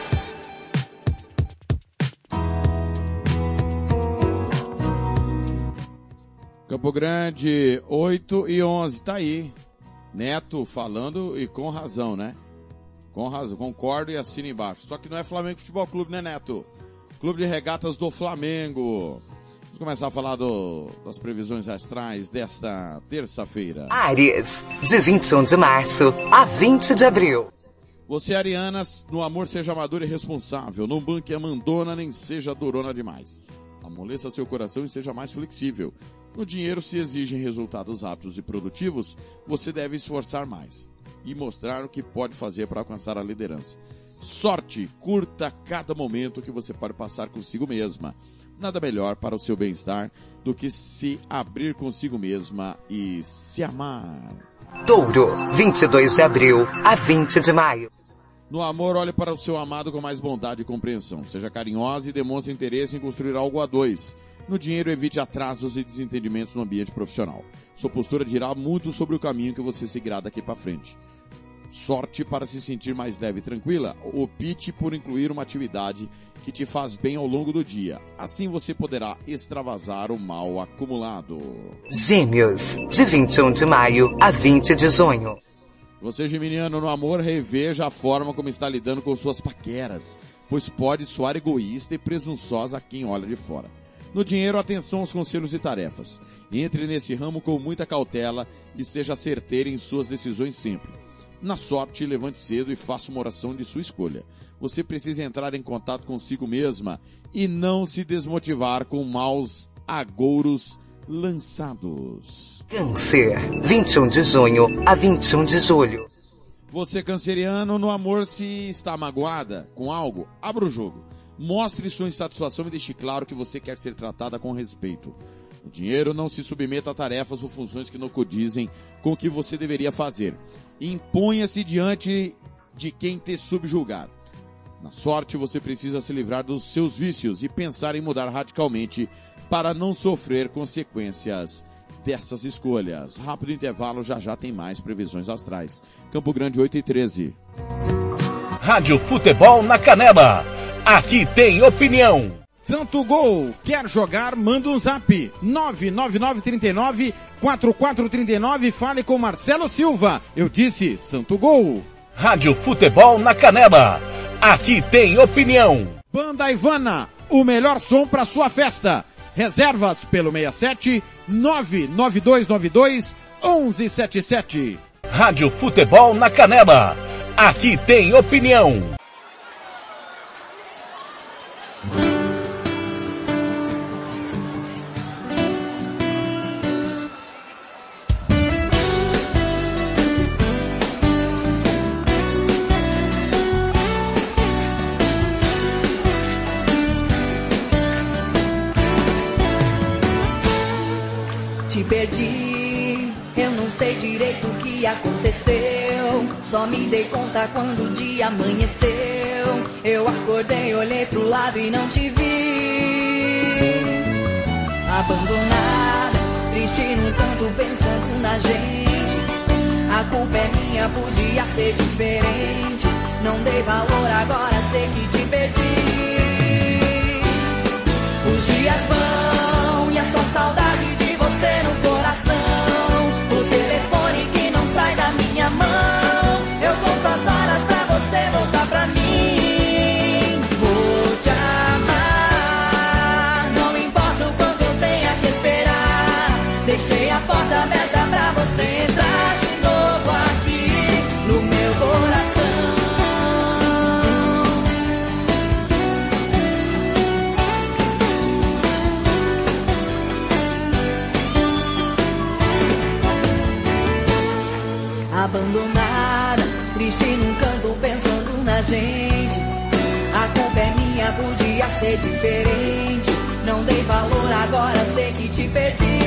Campo Grande, 8:11, tá aí. Neto falando e com razão, né? Com razão, concordo e assino embaixo. Só que não é Flamengo Futebol Clube, né, Neto? Clube de Regatas do Flamengo. Vamos começar a falar das previsões astrais desta terça-feira. Áries, de 21 de março a 20 de abril. Você, arianas, no amor seja madura e responsável. Não banque a mandona, nem seja durona demais. Amoleça seu coração e seja mais flexível. No dinheiro, se exigem resultados rápidos e produtivos, você deve esforçar mais e mostrar o que pode fazer para alcançar a liderança. Sorte, curta cada momento que você pode passar consigo mesma. Nada melhor para o seu bem-estar do que se abrir consigo mesma e se amar. Touro, 22 de abril a 20 de maio. No amor, olhe para o seu amado com mais bondade e compreensão. Seja carinhosa e demonstre interesse em construir algo a dois. No dinheiro, evite atrasos e desentendimentos no ambiente profissional. Sua postura dirá muito sobre o caminho que você seguirá daqui para frente. Sorte para se sentir mais leve e tranquila. Opte por incluir uma atividade que te faz bem ao longo do dia. Assim você poderá extravasar o mal acumulado. Gêmeos, de 21 de maio a 20 de junho. Você, geminiano, no amor, reveja a forma como está lidando com suas paqueras, pois pode soar egoísta e presunçosa a quem olha de fora. No dinheiro, atenção aos conselhos e tarefas. Entre nesse ramo com muita cautela e seja certeiro em suas decisões sempre. Na sorte, levante cedo e faça uma oração de sua escolha. Você precisa entrar em contato consigo mesma e não se desmotivar com maus agouros lançados. Câncer, 21 de junho a 21 de julho. Você, canceriano, no amor, se está magoada com algo, abra o jogo. Mostre sua insatisfação e deixe claro que você quer ser tratada com respeito. No dinheiro, não se submeta a tarefas ou funções que não condizem com o que você deveria fazer. Imponha-se diante de quem te subjugar. Na sorte, você precisa se livrar dos seus vícios e pensar em mudar radicalmente para não sofrer consequências dessas escolhas. Rápido intervalo, já tem mais previsões astrais. Campo Grande, 8:13. Rádio Futebol na Canela. Aqui tem opinião. Santo Gol, quer jogar? Manda um zap, 99939-4439, fale com Marcelo Silva. Eu disse Santo Gol. Rádio Futebol na Canela. Aqui tem opinião. Banda Ivana, o melhor som para sua festa. Reservas pelo 67 99292 1177. Rádio Futebol na Canela. Aqui tem opinião. Te perdi, eu não sei direito o que aconteceu. Só me dei conta quando o dia amanheceu. Eu acordei, olhei pro lado e não te vi. Abandonada, triste num canto pensando na gente. A culpa é minha, podia ser diferente. Não dei valor, agora sei que te perdi. Os dias vão e é só saudade de você no coração. O telefone que não sai da minha mão. Eu conto as horas pra você voltar pra mim. Vou te amar, não importa o quanto eu tenha que esperar. Deixei a porta aberta. triste num canto pensando na gente. A culpa é minha, podia ser diferente. Não dei valor, agora sei que te perdi.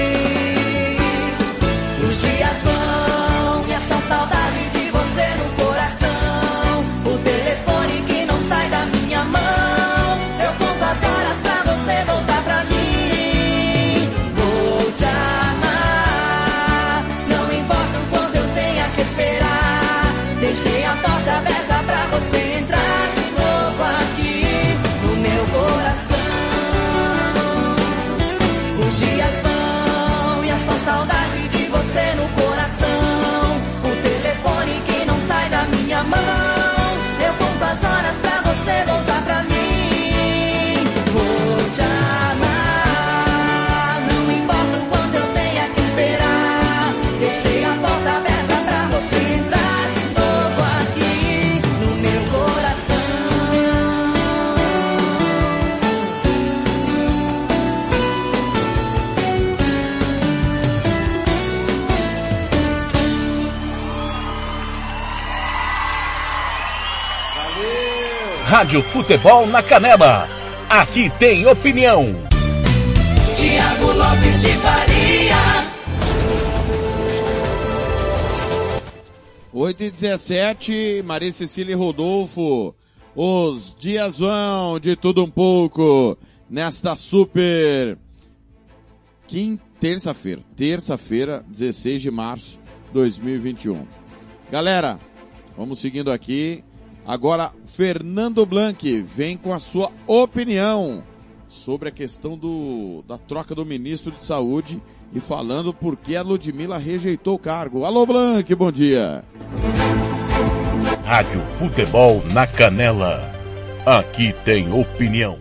Os dias vão e é só saudade de você no coração. O telefone que não sai da minha mão. Eu conto as horas pra você voltar pra mim. Vou te amar, não importa o quanto eu tenha que esperar. Deixei a porta aberta pra você entrar de novo aqui no meu coração. Os dias vão e é só saudade de você no coração. O telefone que não sai da minha mão. Eu conto as horas pra você voltar pra mim. Vou te amar, não importa o quanto eu tenha que esperar. Deixei a porta aberta pra você entrar de novo aqui no meu coração. Rádio Futebol na Canela. Aqui tem opinião. Tiago Lopes de Faria. 8h17, Maria Cecília e Rodolfo. Os dias vão de tudo um pouco nesta super terça-feira, 16 de março de 2021. Galera, vamos seguindo aqui. Agora, Fernando Blanc vem com a sua opinião sobre a questão da troca do ministro de Saúde e falando por que a Ludmila rejeitou o cargo. Alô, Blanc, bom dia. Rádio Futebol na Canela. Aqui tem opinião.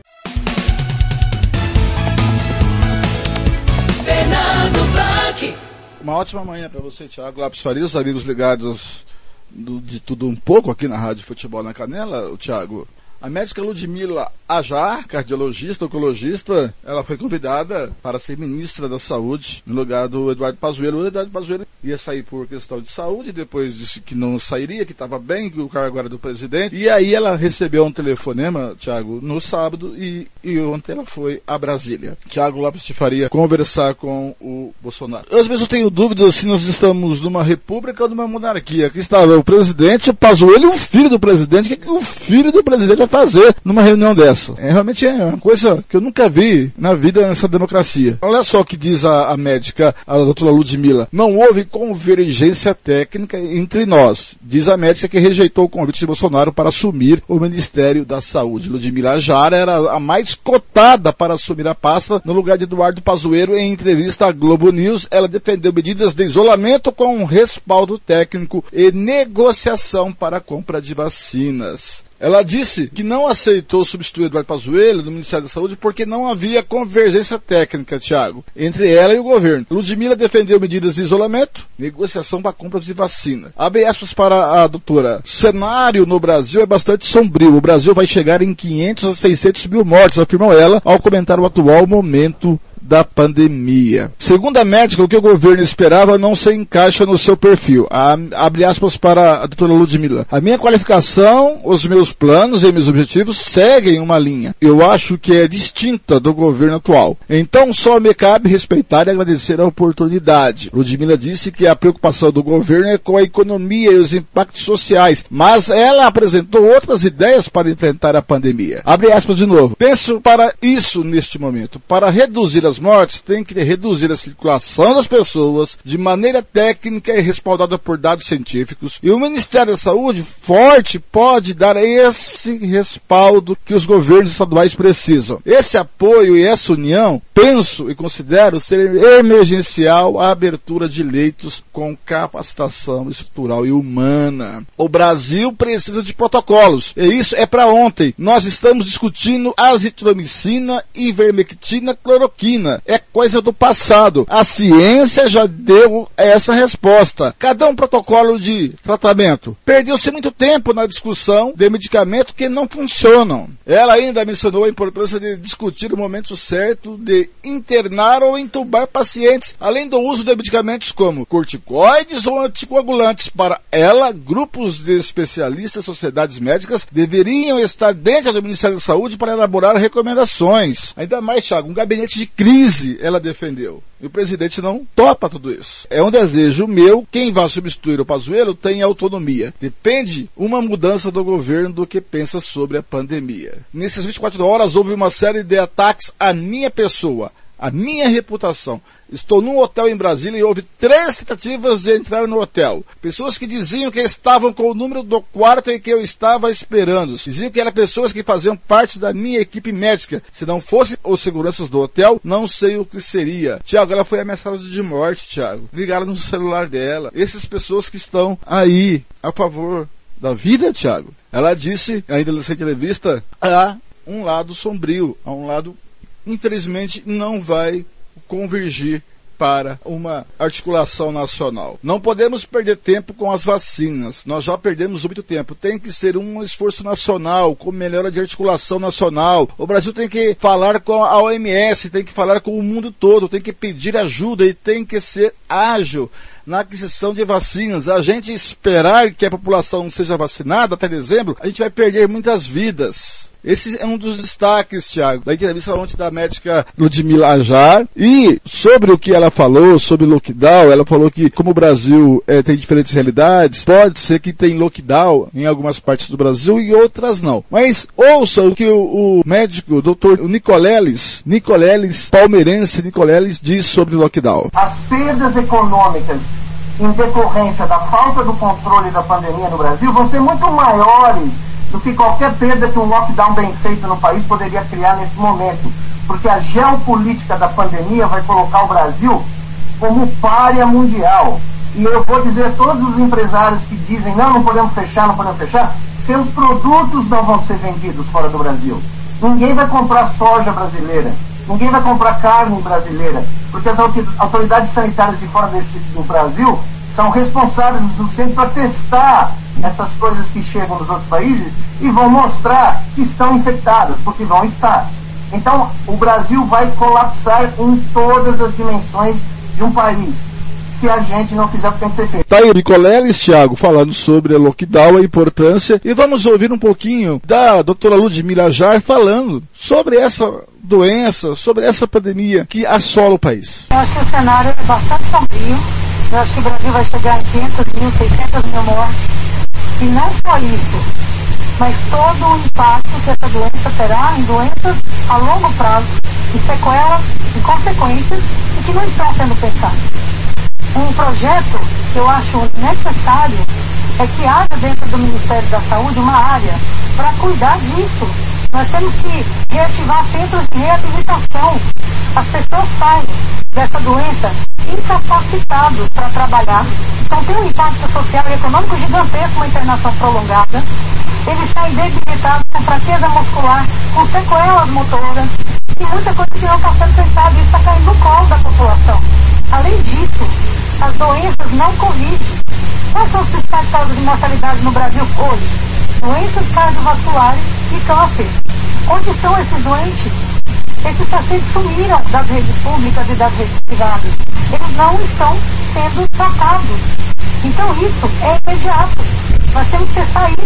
Fernando Blanc. Uma ótima manhã para você, Thiago Lopes Faria, os amigos ligados de tudo um pouco aqui na Rádio Futebol na Canela, o Thiago. A médica Ludmila Ajar, cardiologista, oncologista, ela foi convidada para ser ministra da Saúde no lugar do Eduardo Pazuello. O Eduardo Pazuello ia sair por questão de saúde, depois disse que não sairia, que estava bem, que o cargo era do presidente. E aí ela recebeu um telefonema, Thiago, no sábado e ontem ela foi a Brasília. Thiago Lopes de Faria conversar com o Bolsonaro. Às vezes eu tenho dúvidas se nós estamos numa república ou numa monarquia. Aqui estava o presidente, o Pazuello e o filho do presidente. O que o filho do presidente vai fazer numa reunião dessa? Realmente é uma coisa que eu nunca vi na vida nessa democracia. Olha só o que diz a médica, a doutora Ludmila. Não houve convergência técnica entre nós. Diz a médica que rejeitou o convite de Bolsonaro para assumir o Ministério da Saúde. Ludmila Ajar era a mais cotada para assumir a pasta no lugar de Eduardo Pazuello. Em entrevista à Globo News, ela defendeu medidas de isolamento com respaldo técnico e negociação para a compra de vacinas. Ela disse que não aceitou substituir Eduardo Pazuello no Ministério da Saúde porque não havia convergência técnica, Thiago, entre ela e o governo. Ludmila defendeu medidas de isolamento, negociação para compras de vacina. Abre aspas para a doutora. Cenário no Brasil é bastante sombrio. O Brasil vai chegar em 500 a 600 mil mortes, afirmou ela, ao comentar o atual momento da pandemia. Segundo a médica, o que o governo esperava não se encaixa no seu perfil. Abre aspas para a doutora Ludmila. A minha qualificação, os meus planos e meus objetivos seguem uma linha. Eu acho que é distinta do governo atual. Então só me cabe respeitar e agradecer a oportunidade. Ludmila disse que a preocupação do governo é com a economia e os impactos sociais, mas ela apresentou outras ideias para enfrentar a pandemia. Abre aspas de novo. Penso para isso neste momento. Para reduzir as mortes, tem que reduzir a circulação das pessoas de maneira técnica e respaldada por dados científicos. E o Ministério da Saúde, forte, pode dar esse respaldo que os governos estaduais precisam. Esse apoio e essa união, penso e considero ser emergencial a abertura de leitos com capacitação estrutural e humana. O Brasil precisa de protocolos. E isso é para ontem. Nós estamos discutindo azitromicina, ivermectina, cloroquina. vacina é coisa do passado. A ciência já deu essa resposta. Cadê um protocolo de tratamento? Perdeu-se muito tempo na discussão de medicamentos que não funcionam. Ela ainda mencionou a importância de discutir o momento certo de internar ou entubar pacientes, além do uso de medicamentos como corticoides ou anticoagulantes. Para ela, grupos de especialistas, sociedades médicas deveriam estar dentro do Ministério da Saúde para elaborar recomendações. Ainda mais, Thiago, um gabinete de crise ela defendeu. E o presidente não topa tudo isso. É um desejo meu, quem vai substituir o Pazuello tem autonomia. Depende uma mudança do governo do que pensa sobre a pandemia. Nessas 24 horas houve uma série de ataques à minha pessoa, a minha reputação. Estou num hotel em Brasília e houve 3 tentativas de entrar no hotel. Pessoas que diziam que estavam com o número do quarto em que eu estava esperando. Diziam que eram pessoas que faziam parte da minha equipe médica. Se não fossem os seguranças do hotel, não sei o que seria. Tiago, ela foi ameaçada de morte, Tiago. Ligaram no celular dela. Essas pessoas que estão aí a favor da vida, Tiago. Ela disse, ainda nessa entrevista, há um lado sombrio, há um lado infelizmente não vai convergir para uma articulação nacional. Não podemos perder tempo com as vacinas. Nós já perdemos muito tempo. Tem que ser um esforço nacional, com melhora de articulação nacional. O Brasil tem que falar com a OMS, tem que falar com o mundo todo, tem que pedir ajuda e tem que ser ágil na aquisição de vacinas. A gente esperar que a população seja vacinada até dezembro, a gente vai perder muitas vidas. Esse é um dos destaques, Thiago, da entrevista ontem da médica Ludmila Ajar. E sobre o que ela falou, sobre lockdown, ela falou que como o Brasil tem diferentes realidades, pode ser que tem lockdown em algumas partes do Brasil e outras não. Mas ouça o que o médico, o doutor Nicoleles palmeirense Nicoleles, diz sobre lockdown. As perdas econômicas em decorrência da falta do controle da pandemia no Brasil vão ser muito maiores do que qualquer perda que um lockdown bem feito no país poderia criar nesse momento. Porque a geopolítica da pandemia vai colocar o Brasil como pária mundial. E eu vou dizer a todos os empresários que dizem não podemos fechar, seus produtos não vão ser vendidos fora do Brasil. Ninguém vai comprar soja brasileira, ninguém vai comprar carne brasileira, porque as autoridades sanitárias de fora do Brasil são responsáveis o suficiente para testar essas coisas que chegam nos outros países e vão mostrar que estão infectadas, porque vão estar. Então, o Brasil vai colapsar em todas as dimensões de um país, se a gente não fizer o que tem que ser feito. Tá aí o Nicoleles, Thiago, falando sobre a lockdown, a importância, e vamos ouvir um pouquinho da doutora Ludmila Ajar falando sobre essa doença, sobre essa pandemia que assola o país. Eu acho que o cenário é bastante sombrio. Eu acho que o Brasil vai chegar em 500 mil, 600 mil mortes. E não só isso, mas todo o impacto que essa doença terá em doenças a longo prazo, em sequelas, em consequências, e que não estão sendo pensadas. Um projeto que eu acho necessário é que haja dentro do Ministério da Saúde uma área para cuidar disso. Nós temos que reativar centros de reabilitação. As pessoas saem dessa doença incapacitados para trabalhar. Então tem um impacto social e econômico gigantesco, uma internação prolongada. Eles saem debilitados, com fraqueza muscular, com sequelas motoras e muita coisa que não está sendo pensada. Isso está caindo no colo da população. Além disso, as doenças não Covid. Quais são os principais causas de mortalidade no Brasil hoje? Doenças cardiovasculares e câncer. Onde estão esses doentes? Esses pacientes sumiram das redes públicas e das redes privadas. Eles não estão sendo tratados. Então isso é imediato. Nós temos que ter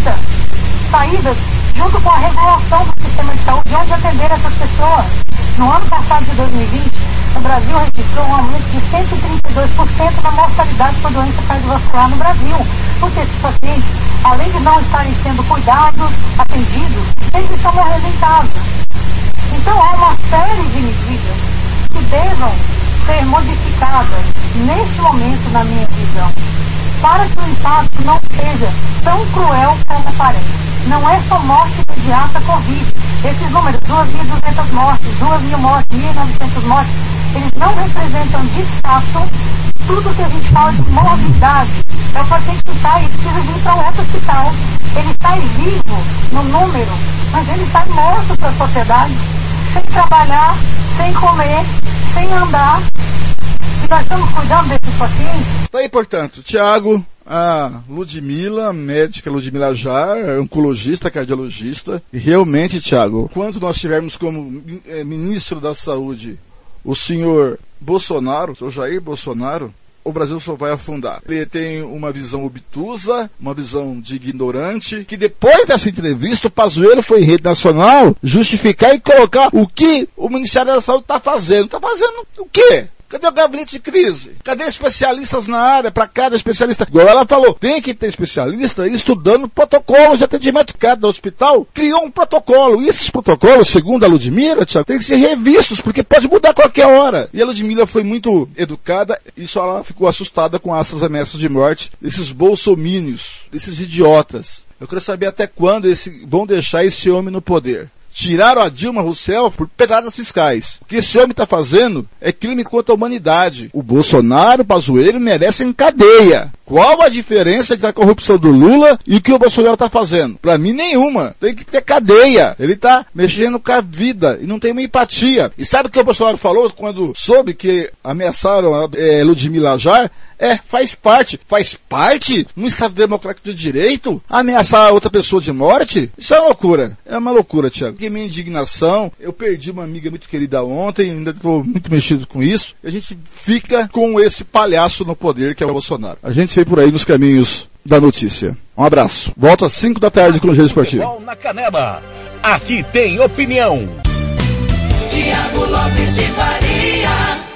saídas junto com a regulação do sistema de saúde, onde atender essas pessoas. No ano passado de 2020, o Brasil registrou um aumento de 132% na mortalidade por doença cardiovascular no Brasil. Porque esses pacientes, além de não estarem sendo cuidados, atendidos, eles estão morrendo em casa. Então há uma série de medidas que devam ser modificadas neste momento, na minha visão, para que o impacto não seja tão cruel como parece. Não é só morte imediata Covid. Esses números, 2.200 mortes, 2.000 mortes, 1.900 mortes, eles não representam de fato tudo que a gente fala de morbidade. É o paciente que sai e precisa vir para um outro hospital. Ele sai vivo no número, mas ele sai morto para a sociedade, sem trabalhar, sem comer, sem andar. E nós estamos cuidando desses pacientes. Tá aí, portanto, Thiago, a Ludmila, médica Ludmila Jar, oncologista, cardiologista. E realmente, Thiago, quando nós tivermos como ministro da Saúde o senhor Bolsonaro, o senhor Jair Bolsonaro, o Brasil só vai afundar. Ele tem uma visão obtusa, uma visão de ignorante, que depois dessa entrevista, o Pazuello foi em rede nacional justificar e colocar o que o Ministério da Saúde está fazendo. Está fazendo o quê? Cadê o gabinete de crise? Cadê especialistas na área? Para cada especialista. Igual ela falou, tem que ter especialista estudando protocolos de atendimento. Cada hospital criou um protocolo. E esses protocolos, segundo a Ludmila, Thiago, tem que ser revistos, porque pode mudar a qualquer hora. E a Ludmila foi muito educada e só ela ficou assustada com essas ameaças de morte desses bolsomínios, desses idiotas. Eu quero saber até quando vão deixar esse homem no poder. Tiraram a Dilma Rousseff por pedradas fiscais. O que esse homem está fazendo é crime contra a humanidade. O Bolsonaro, o Pazuello merecem cadeia. Qual a diferença entre a corrupção do Lula e o que o Bolsonaro está fazendo? Para mim, nenhuma. Tem que ter cadeia. Ele está mexendo com a vida e não tem uma empatia. E sabe o que o Bolsonaro falou quando soube que ameaçaram a Ludmila Jar? Faz parte. Faz parte? Num Estado democrático de direito? Ameaçar outra pessoa de morte? Isso é uma loucura. É uma loucura, Thiago. Que minha indignação. Eu perdi uma amiga muito querida ontem, ainda estou muito mexido com isso. E a gente fica com esse palhaço no poder que é o Bolsonaro. A gente sai por aí nos caminhos da notícia. Um abraço. Volto às 5 da tarde com o Giro Esportivo. Na Canela. Aqui tem opinião. Tiago Lopes de Faria.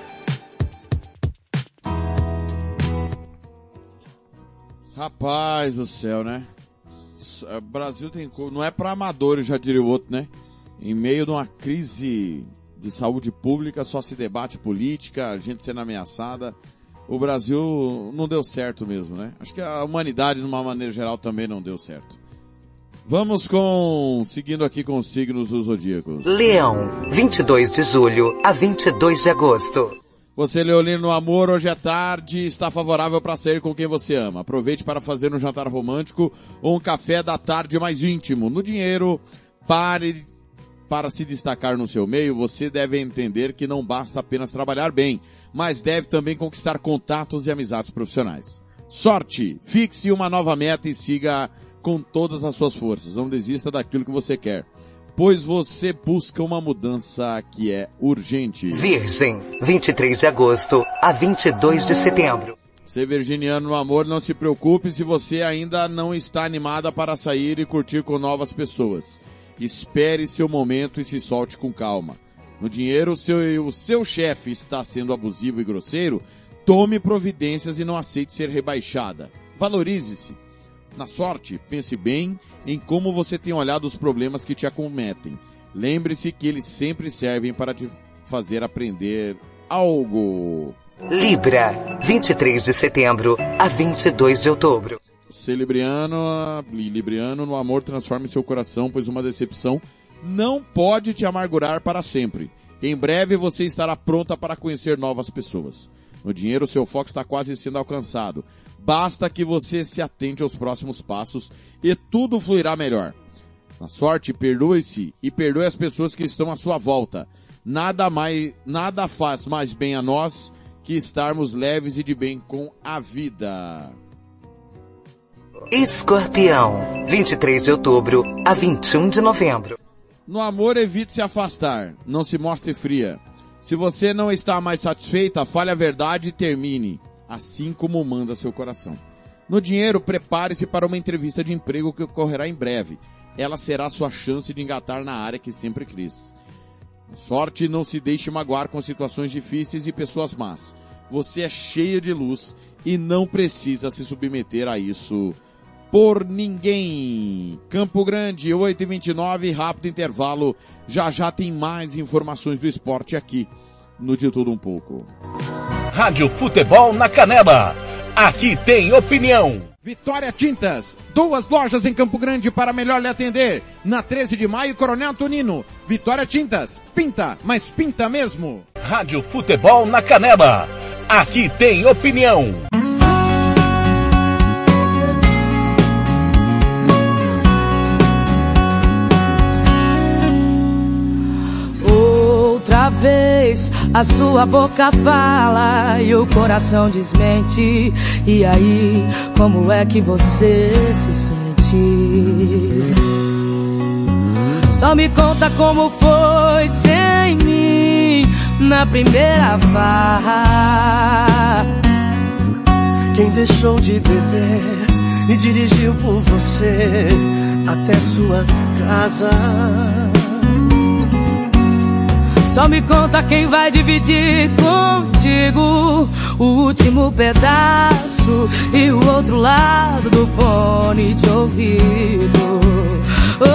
Rapaz do céu, né? O Brasil tem... Não é para amadores, já diria o outro, né? Em meio de uma crise de saúde pública, só se debate política, a gente sendo ameaçada. O Brasil não deu certo mesmo, né? Acho que a humanidade, de uma maneira geral, também não deu certo. Vamos seguindo aqui com os signos dos zodíacos. Leão, 22 de julho a 22 de agosto. Você, leonino, no amor, hoje é tarde, está favorável para sair com quem você ama. Aproveite para fazer um jantar romântico ou um café da tarde mais íntimo. No dinheiro, para se destacar no seu meio, você deve entender que não basta apenas trabalhar bem, mas deve também conquistar contatos e amizades profissionais. Sorte! Fixe uma nova meta e siga com todas as suas forças. Não desista daquilo que você quer, pois você busca uma mudança que é urgente. Virgem, 23 de agosto a 22 de setembro. Ser virginiano no amor, não se preocupe se você ainda não está animada para sair e curtir com novas pessoas. Espere seu momento e se solte com calma. No dinheiro, o seu chefe está sendo abusivo e grosseiro, tome providências e não aceite ser rebaixada. Valorize-se. Na sorte, pense bem em como você tem olhado os problemas que te acometem. Lembre-se que eles sempre servem para te fazer aprender algo. Libra, 23 de setembro a 22 de outubro. Ser libriano no amor, transforme seu coração, pois uma decepção não pode te amargurar para sempre. Em breve você estará pronta para conhecer novas pessoas. No dinheiro, seu foco está quase sendo alcançado. Basta que você se atente aos próximos passos e tudo fluirá melhor. Na sorte, perdoe-se e perdoe as pessoas que estão à sua volta. Nada faz mais bem a nós que estarmos leves e de bem com a vida. Escorpião, 23 de outubro a 21 de novembro. No amor, evite se afastar. Não se mostre fria. Se você não está mais satisfeita, fale a verdade e termine, assim como manda seu coração. No dinheiro, prepare-se para uma entrevista de emprego que ocorrerá em breve. Ela será sua chance de engatar na área que sempre quis. Na sorte, não se deixe magoar com situações difíceis e pessoas más. Você é cheia de luz e não precisa se submeter a isso por ninguém. Campo Grande, 8h29, rápido intervalo. Já tem mais informações do esporte aqui no De Tudo Um Pouco. Rádio Futebol na Canela. Aqui tem opinião. Vitória Tintas, 2 lojas em Campo Grande para melhor lhe atender. Na 13 de maio, Coronel Antonino. Vitória Tintas, pinta, mas pinta mesmo. Rádio Futebol na Canela. Aqui tem opinião. Outra A sua boca fala e o coração desmente. E aí, como é que você se sente? Só me conta como foi sem mim na primeira farra. Quem deixou de beber e dirigiu por você até sua casa. Só me conta quem vai dividir contigo o último pedaço e o outro lado do fone de ouvido. Oh,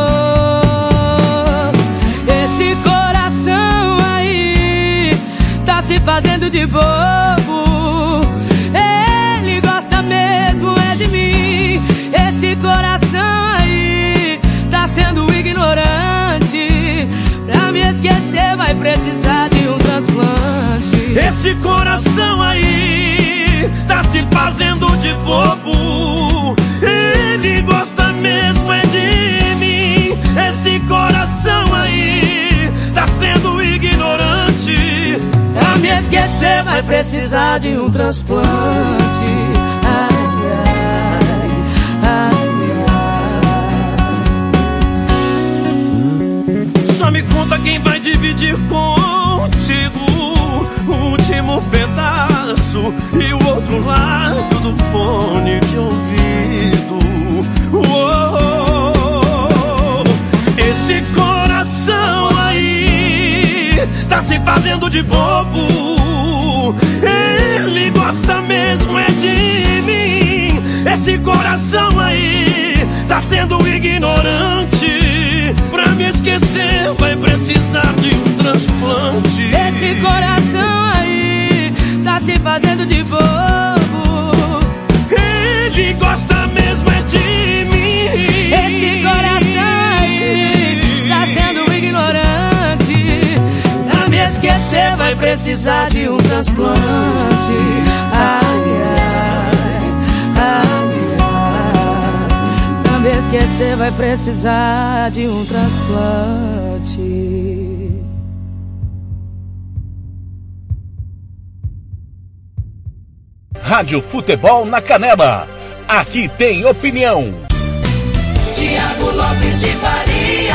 esse coração aí tá se fazendo de bobo. Ele gosta mesmo é de mim. Esse coração aí tá sendo ignorante. Pra me esquecer vai precisar de um transplante. Esse coração aí tá se fazendo de bobo. Ele gosta mesmo é de mim. Esse coração aí tá sendo ignorante. Pra me esquecer vai precisar de um transplante. Ai, ai, ai. Só me conta quem vai dividir contigo o último pedaço e o outro lado do fone de ouvido. Esse coração aí tá se fazendo de bobo. Ele gosta mesmo é de mim. Esse coração aí tá sendo ignorante. Pra me esquecer vai precisar de um transplante. Esse coração aí tá se fazendo de bobo. Ele gosta mesmo é de mim. Esse coração aí tá sendo ignorante. Pra me esquecer vai precisar de um transplante. Ai, ai, ai, ai. Pra me esquecer vai precisar de um transplante. Rádio Futebol na Canela. Aqui tem opinião. Tiago Lopes de Faria.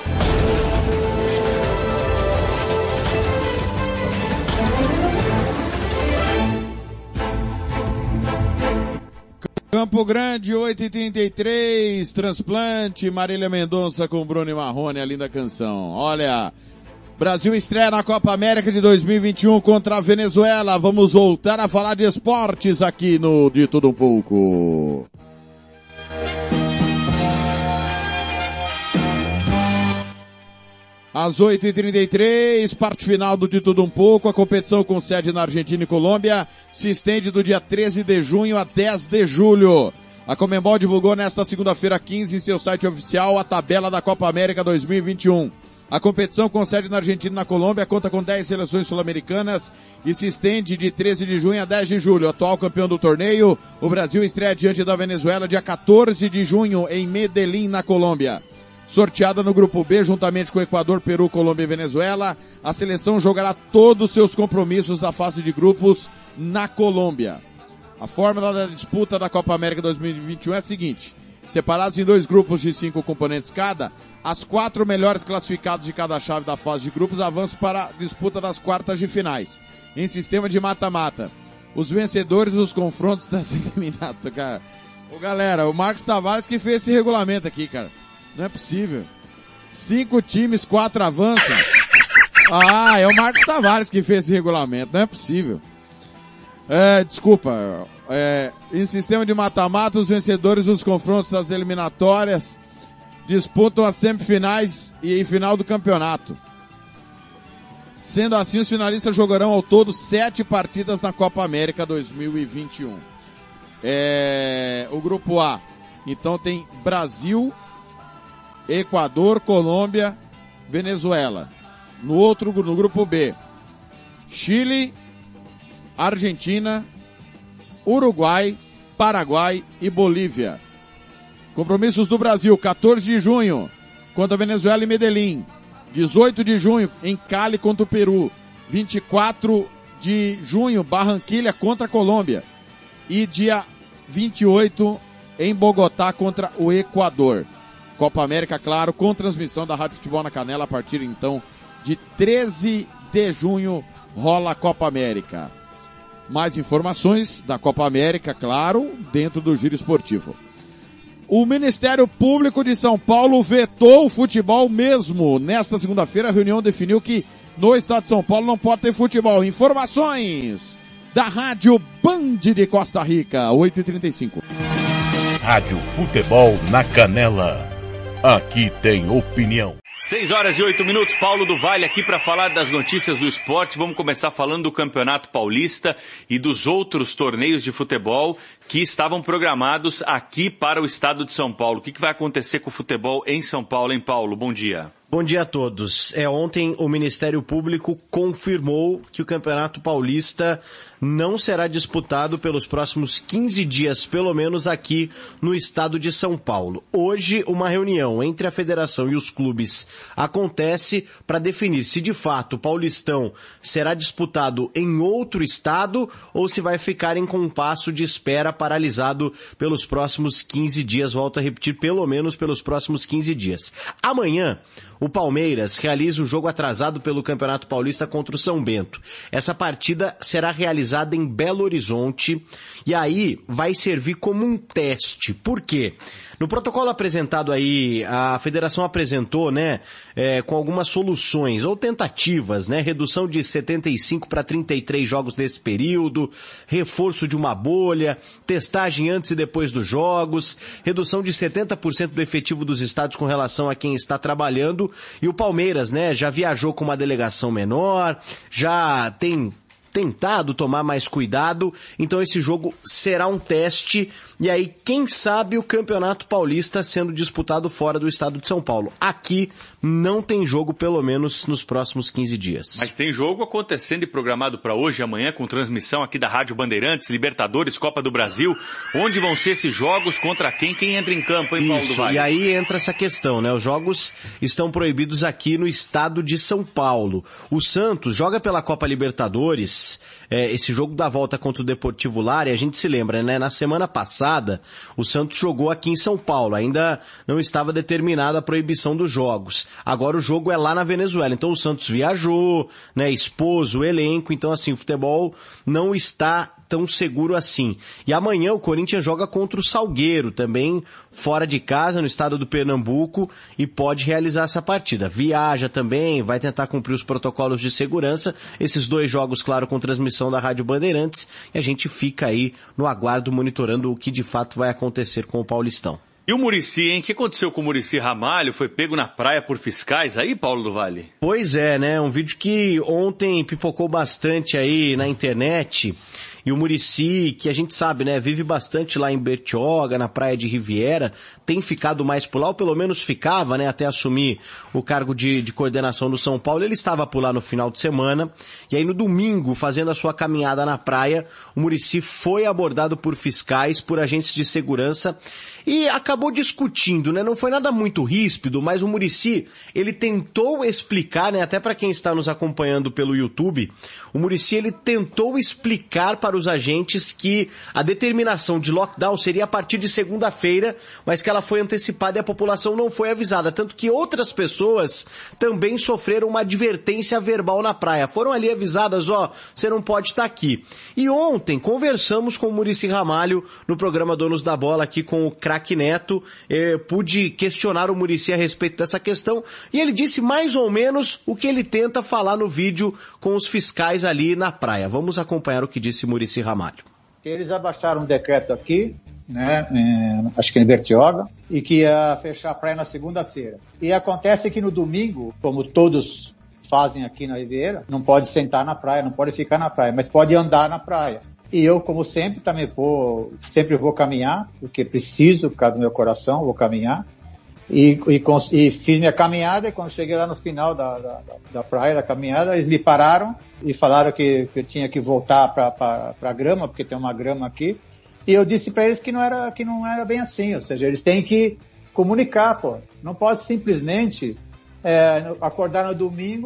Campo Grande, 8h33, transplante, Marília Mendonça com Bruno e Marrone, a linda canção. Olha, Brasil estreia na Copa América de 2021 contra a Venezuela. Vamos voltar a falar de esportes aqui no De Tudo Um Pouco. Às 8h33, parte final do De Tudo Um Pouco. A competição com sede na Argentina e Colômbia se estende do dia 13 de junho a 10 de julho. A Conmebol divulgou nesta segunda-feira 15 em seu site oficial a tabela da Copa América 2021. A competição com sede na Argentina e na Colômbia conta com 10 seleções sul-americanas e se estende de 13 de junho a 10 de julho. Atual campeão do torneio, o Brasil estreia diante da Venezuela dia 14 de junho em Medellín, na Colômbia. Sorteada no grupo B, juntamente com Equador, Peru, Colômbia e Venezuela, a seleção jogará todos os seus compromissos da fase de grupos na Colômbia. A fórmula da disputa da Copa América 2021 é a seguinte: separados em 2 grupos de 5 componentes cada, as 4 melhores classificados de cada chave da fase de grupos avançam para a disputa das quartas de finais, em sistema de mata-mata. Os vencedores dos confrontos das eliminatórias, cara. Ô galera, o Marcos Tavares que fez esse regulamento aqui, cara. Não é possível. 5 times, 4 avançam. Ah, é o Marcos Tavares que fez esse regulamento. Não é possível. Desculpa. Em sistema de mata-mata, os vencedores dos confrontos das eliminatórias disputam as semifinais e em final do campeonato. Sendo assim, os finalistas jogarão ao todo 7 partidas na Copa América 2021. O grupo A, então, tem Brasil, Equador, Colômbia, Venezuela. No grupo B, Chile, Argentina, Uruguai, Paraguai e Bolívia. Compromissos do Brasil: 14 de junho contra a Venezuela e Medellín, 18 de junho em Cali contra o Peru, 24 de junho, Barranquilha contra a Colômbia. E dia 28 em Bogotá contra o Equador. Copa América, claro, com transmissão da Rádio Futebol na Canela a partir então de 13 de junho rola a Copa América. Mais informações da Copa América, claro, dentro do Giro Esportivo. O Ministério Público de São Paulo vetou o futebol mesmo. Nesta segunda-feira, a reunião definiu que no estado de São Paulo não pode ter futebol. Informações da Rádio Band de Costa Rica, 8h35. Rádio Futebol na Canela. Aqui tem opinião. 6h08, Paulo do Vale aqui para falar das notícias do esporte. Vamos começar falando do Campeonato Paulista e dos outros torneios de futebol que estavam programados aqui para o estado de São Paulo. O que vai acontecer com o futebol em São Paulo, hein, Paulo? Bom dia. Bom dia a todos. Ontem o Ministério Público confirmou que o Campeonato Paulista não será disputado pelos próximos 15 dias, pelo menos aqui no estado de São Paulo. Hoje, uma reunião entre a federação e os clubes acontece para definir se de fato o Paulistão será disputado em outro estado ou se vai ficar em compasso de espera paralisado pelos próximos 15 dias. Volto a repetir, pelo menos pelos próximos 15 dias. Amanhã, o Palmeiras realiza o jogo atrasado pelo Campeonato Paulista contra o São Bento. Essa partida será realizada em Belo Horizonte e aí vai servir como um teste. Por quê? No protocolo apresentado aí, a federação apresentou, com algumas soluções ou tentativas, redução de 75 para 33 jogos nesse período, reforço de uma bolha, testagem antes e depois dos jogos, redução de 70% do efetivo dos estádios com relação a quem está trabalhando, e o Palmeiras, já viajou com uma delegação menor, já tem tentado tomar mais cuidado, então esse jogo será um teste, e aí quem sabe o Campeonato Paulista sendo disputado fora do estado de São Paulo. Aqui não tem jogo, pelo menos nos próximos 15 dias. Mas tem jogo acontecendo e programado para hoje e amanhã, com transmissão aqui da Rádio Bandeirantes, Libertadores, Copa do Brasil. Onde vão ser esses jogos, contra quem entra em campo, hein, Paulo do Vale? E aí entra essa questão, Os jogos estão proibidos aqui no estado de São Paulo. O Santos joga pela Copa Libertadores, esse jogo da volta contra o Deportivo Lara, a gente se lembra, na semana passada, o Santos jogou aqui em São Paulo, ainda não estava determinada a proibição dos jogos. Agora o jogo é lá na Venezuela, então o Santos viajou, expôs o elenco, então assim, o futebol não está tão seguro assim. E amanhã o Corinthians joga contra o Salgueiro, também fora de casa, no estado do Pernambuco, e pode realizar essa partida. Viaja também, vai tentar cumprir os protocolos de segurança. Esses dois jogos, claro, com transmissão da Rádio Bandeirantes, e a gente fica aí no aguardo, monitorando o que de fato vai acontecer com o Paulistão. E o Muricy, hein? O que aconteceu com o Muricy Ramalho? Foi pego na praia por fiscais aí, Paulo do Vale? Pois é, um vídeo que ontem pipocou bastante aí na internet. E o Muricy, que a gente sabe, vive bastante lá em Bertioga, na praia de Riviera, tem ficado mais por lá, ou pelo menos ficava, até assumir o cargo de coordenação do São Paulo. Ele estava por lá no final de semana, e aí no domingo, fazendo a sua caminhada na praia, o Muricy foi abordado por fiscais, por agentes de segurança, e acabou discutindo, Não foi nada muito ríspido, mas o Muricy, ele tentou explicar, até para quem está nos acompanhando pelo YouTube, o Muricy, ele tentou explicar para os agentes que a determinação de lockdown seria a partir de segunda-feira, mas que ela foi antecipada e a população não foi avisada, tanto que outras pessoas também sofreram uma advertência verbal na praia, foram ali avisadas, você não pode estar aqui. E ontem conversamos com o Muricy Ramalho no programa Donos da Bola, aqui com o Craque Neto, pude questionar o Muricy a respeito dessa questão, e ele disse mais ou menos o que ele tenta falar no vídeo com os fiscais ali na praia. Vamos acompanhar o que disse Muricy Ramalho. Eles abaixaram um decreto aqui, acho que em Bertioga, e que ia fechar a praia na segunda-feira. E acontece que no domingo, como todos fazem aqui na Riviera, não pode sentar na praia, não pode ficar na praia, mas pode andar na praia. E eu, como sempre, também sempre vou caminhar, porque preciso, por causa do meu coração, vou caminhar. E fiz minha caminhada, e quando cheguei lá no final da praia, da caminhada, eles me pararam e falaram que eu tinha que voltar para a grama, porque tem uma grama aqui. E eu disse para eles que não era bem assim, ou seja, eles têm que comunicar, Não pode simplesmente acordar no domingo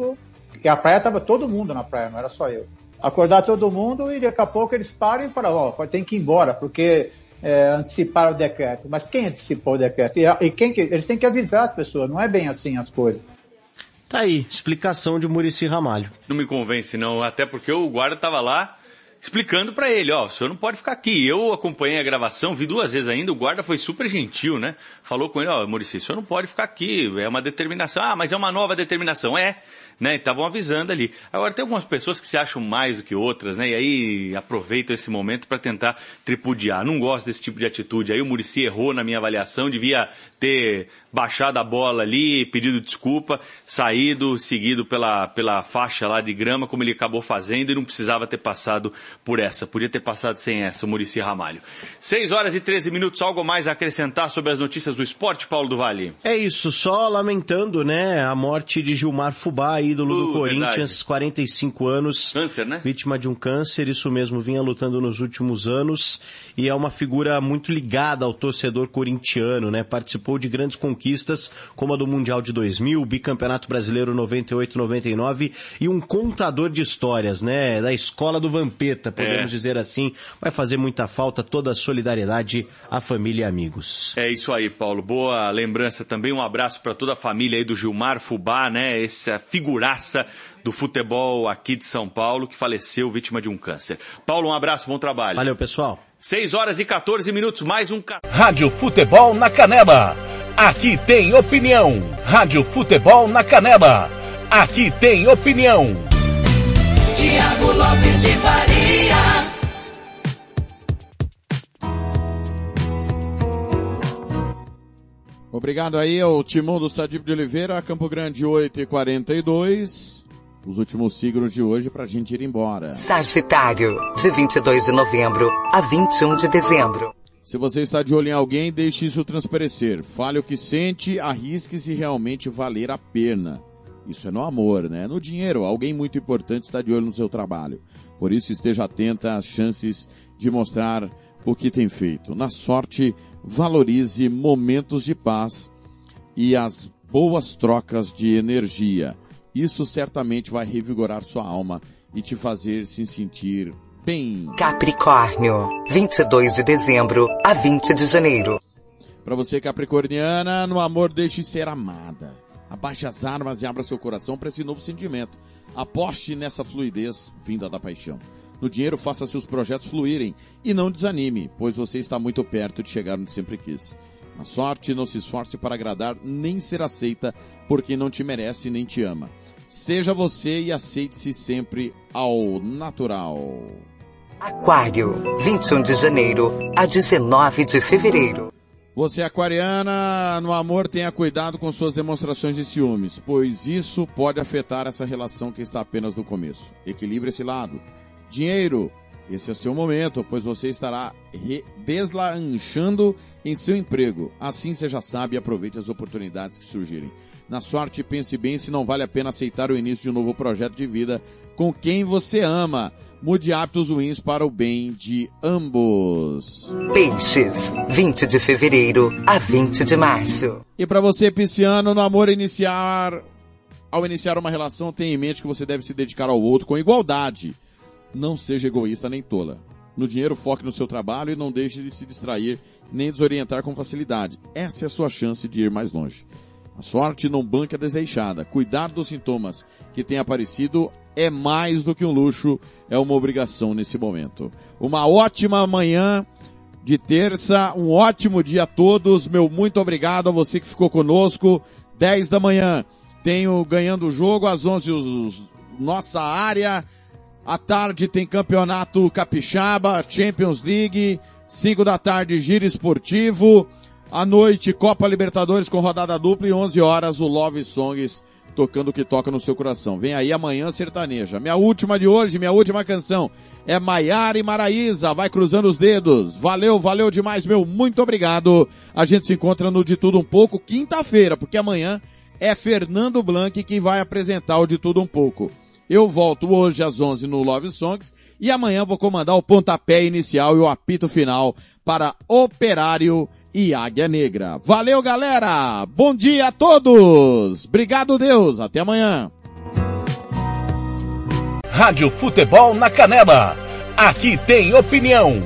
E a praia tava todo mundo na praia, não era só eu. Acordar todo mundo e daqui a pouco eles param e falam, tem que ir embora, porque anteciparam o decreto. Mas quem antecipou o decreto? Eles têm que avisar as pessoas, não é bem assim as coisas. Tá aí, explicação de Muricy Ramalho. Não me convence não, até porque o guarda tava lá explicando pra ele, o senhor não pode ficar aqui. Eu acompanhei a gravação, vi 2 vezes ainda, o guarda foi super gentil, né? Falou com ele, Muricy, o senhor não pode ficar aqui, é uma determinação. Mas é uma nova determinação, né? E estavam avisando ali. Agora, tem algumas pessoas que se acham mais do que outras, né? E aí aproveitam esse momento para tentar tripudiar. Não gosto desse tipo de atitude. Aí o Muricy errou na minha avaliação, devia ter baixado a bola ali, pedido desculpa, saído, seguido pela faixa lá de grama, como ele acabou fazendo, e não precisava ter passado por essa. Podia ter passado sem essa, o Muricy Ramalho. 6h13, algo mais a acrescentar sobre as notícias do esporte, Paulo do Vale? É isso, só lamentando, né, a morte de Gilmar Fubá, ídolo do Corinthians, verdade. 45 anos. Câncer, né? Vítima de um câncer, isso mesmo, vinha lutando nos últimos anos e é uma figura muito ligada ao torcedor corintiano, né? Participou de grandes conquistas, como a do Mundial de 2000, bicampeonato brasileiro 98-99 e um contador de histórias, né? Da escola do Vampeta, podemos dizer assim. Vai fazer muita falta, toda a solidariedade à família e amigos. É isso aí, Paulo. Boa lembrança também. Um abraço para toda a família aí do Gilmar Fubá, né? Essa figuraça do futebol aqui de São Paulo, que faleceu vítima de um câncer. Paulo, um abraço, bom trabalho. Valeu, pessoal. 6h14, mais um... Rádio Futebol na Canela. Aqui tem opinião. Rádio Futebol na Canela. Aqui tem opinião. Tiago Lopes de Faria. Obrigado aí ao timão do Sadip de Oliveira, Campo Grande 8h42. Os últimos signos de hoje pra gente ir embora. Sagitário, de 22 de novembro a 21 de dezembro. Se você está de olho em alguém, deixe isso transparecer. Fale o que sente, arrisque se realmente valer a pena. Isso é no amor, né? No dinheiro, alguém muito importante está de olho no seu trabalho. Por isso esteja atenta às chances de mostrar o que tem feito. Na sorte, valorize momentos de paz e as boas trocas de energia. Isso certamente vai revigorar sua alma e te fazer se sentir bem. Capricórnio, 22 de dezembro a 20 de janeiro. Para você capricorniana, no amor deixe ser amada. Abaixe as armas e abra seu coração para esse novo sentimento. Aposte nessa fluidez vinda da paixão. No dinheiro, faça seus projetos fluírem e não desanime, pois você está muito perto de chegar onde sempre quis. Na sorte, não se esforce para agradar nem ser aceita por quem não te merece nem te ama. Seja você e aceite-se sempre ao natural. Aquário, 21 de janeiro a 19 de fevereiro. Você aquariana, no amor tenha cuidado com suas demonstrações de ciúmes, pois isso pode afetar essa relação que está apenas no começo. Equilibre esse lado. Dinheiro, esse é seu momento, pois você estará deslanchando em seu emprego. Assim você já sabe e aproveite as oportunidades que surgirem. Na sorte, pense bem se não vale a pena aceitar o início de um novo projeto de vida com quem você ama. Mude hábitos ruins para o bem de ambos. Peixes, 20 de fevereiro a 20 de março. E para você, pisciano, no amor ao iniciar uma relação, tenha em mente que você deve se dedicar ao outro com igualdade. Não seja egoísta nem tola. No dinheiro, foque no seu trabalho e não deixe de se distrair nem desorientar com facilidade. Essa é a sua chance de ir mais longe. A sorte não banca a desleixada. Cuidar dos sintomas que têm aparecido é mais do que um luxo, é uma obrigação nesse momento. Uma ótima manhã de terça, um ótimo dia a todos. Meu muito obrigado a você que ficou conosco. 10 da manhã, tenho ganhando o jogo, às 11 nossa área. À tarde tem campeonato capixaba, Champions League. 5 da tarde, giro esportivo. À noite, Copa Libertadores com rodada dupla e 11 horas o Love Songs tocando o que toca no seu coração. Vem aí amanhã sertaneja. Minha última de hoje, minha última canção é Maiara e Maraísa. Vai cruzando os dedos. Valeu, valeu demais, meu muito obrigado. A gente se encontra no De Tudo Um Pouco quinta-feira, porque amanhã é Fernando Blanc que vai apresentar o De Tudo Um Pouco. Eu volto hoje às 11 no Love Songs e amanhã vou comandar o pontapé inicial e o apito final para Operário e Águia Negra. Valeu, galera! Bom dia a todos! Obrigado, Deus! Até amanhã! Rádio Futebol na Canela. Aqui tem opinião.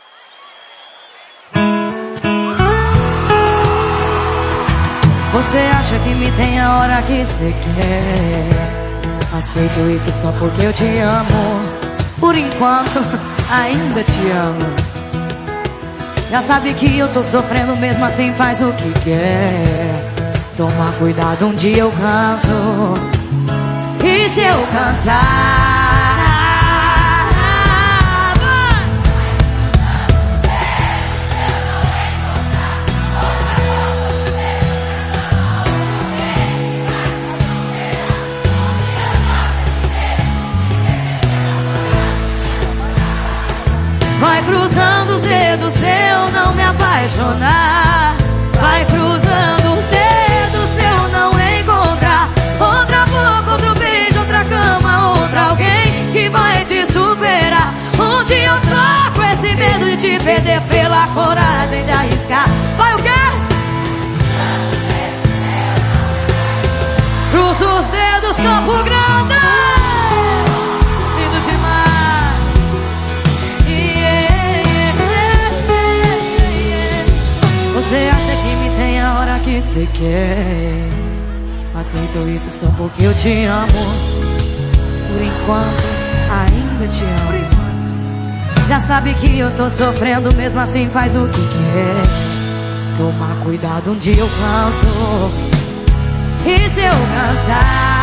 Você acha que me tem a hora que você quer? Aceito isso só porque eu te amo. Por enquanto, ainda te amo. Já sabe que eu tô sofrendo, mesmo assim faz o que quer. Toma cuidado, um dia eu canso. E se eu cansar? Vai cruzando os dedos pra eu não me apaixonar. Vai cruzando os dedos pra eu não encontrar outra boca, outro beijo, outra cama, outra alguém que vai te superar. Onde eu troco esse medo de te perder pela coragem de arriscar. Vai o quê? Cruza os dedos, Campo Grande. Lindo demais. Você acha que me tem a hora que você quer? Aceito isso só porque eu te amo. Por enquanto, ainda te amo. Já sabe que eu tô sofrendo, mesmo assim faz o que quer. Toma cuidado, um dia eu canso. E se eu cansar?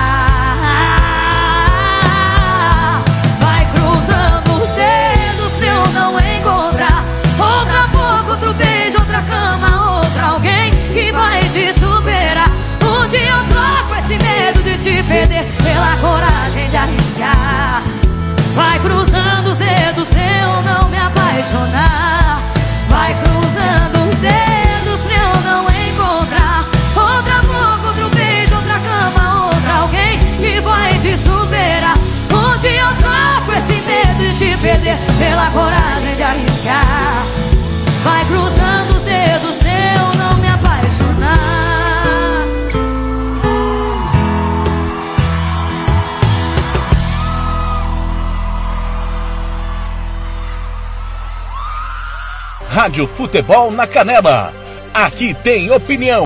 Vai cruzando os dedos pra eu não encontrar outra boca, outro beijo, outra cama, outra alguém que vai te superar. Um dia eu troco esse medo de te perder pela coragem de arriscar. Vai cruzando os dedos pra eu não me apaixonar. Vai cruzando os dedos pra eu não encontrar outra boca, outro beijo, outra cama, outra alguém que vai te superar. Um dia eu troco esse medo de te perder pela coragem de arriscar. Vai cruzando os dedos pra eu não me apaixonar. Rádio Futebol na Canela. Aqui tem opinião.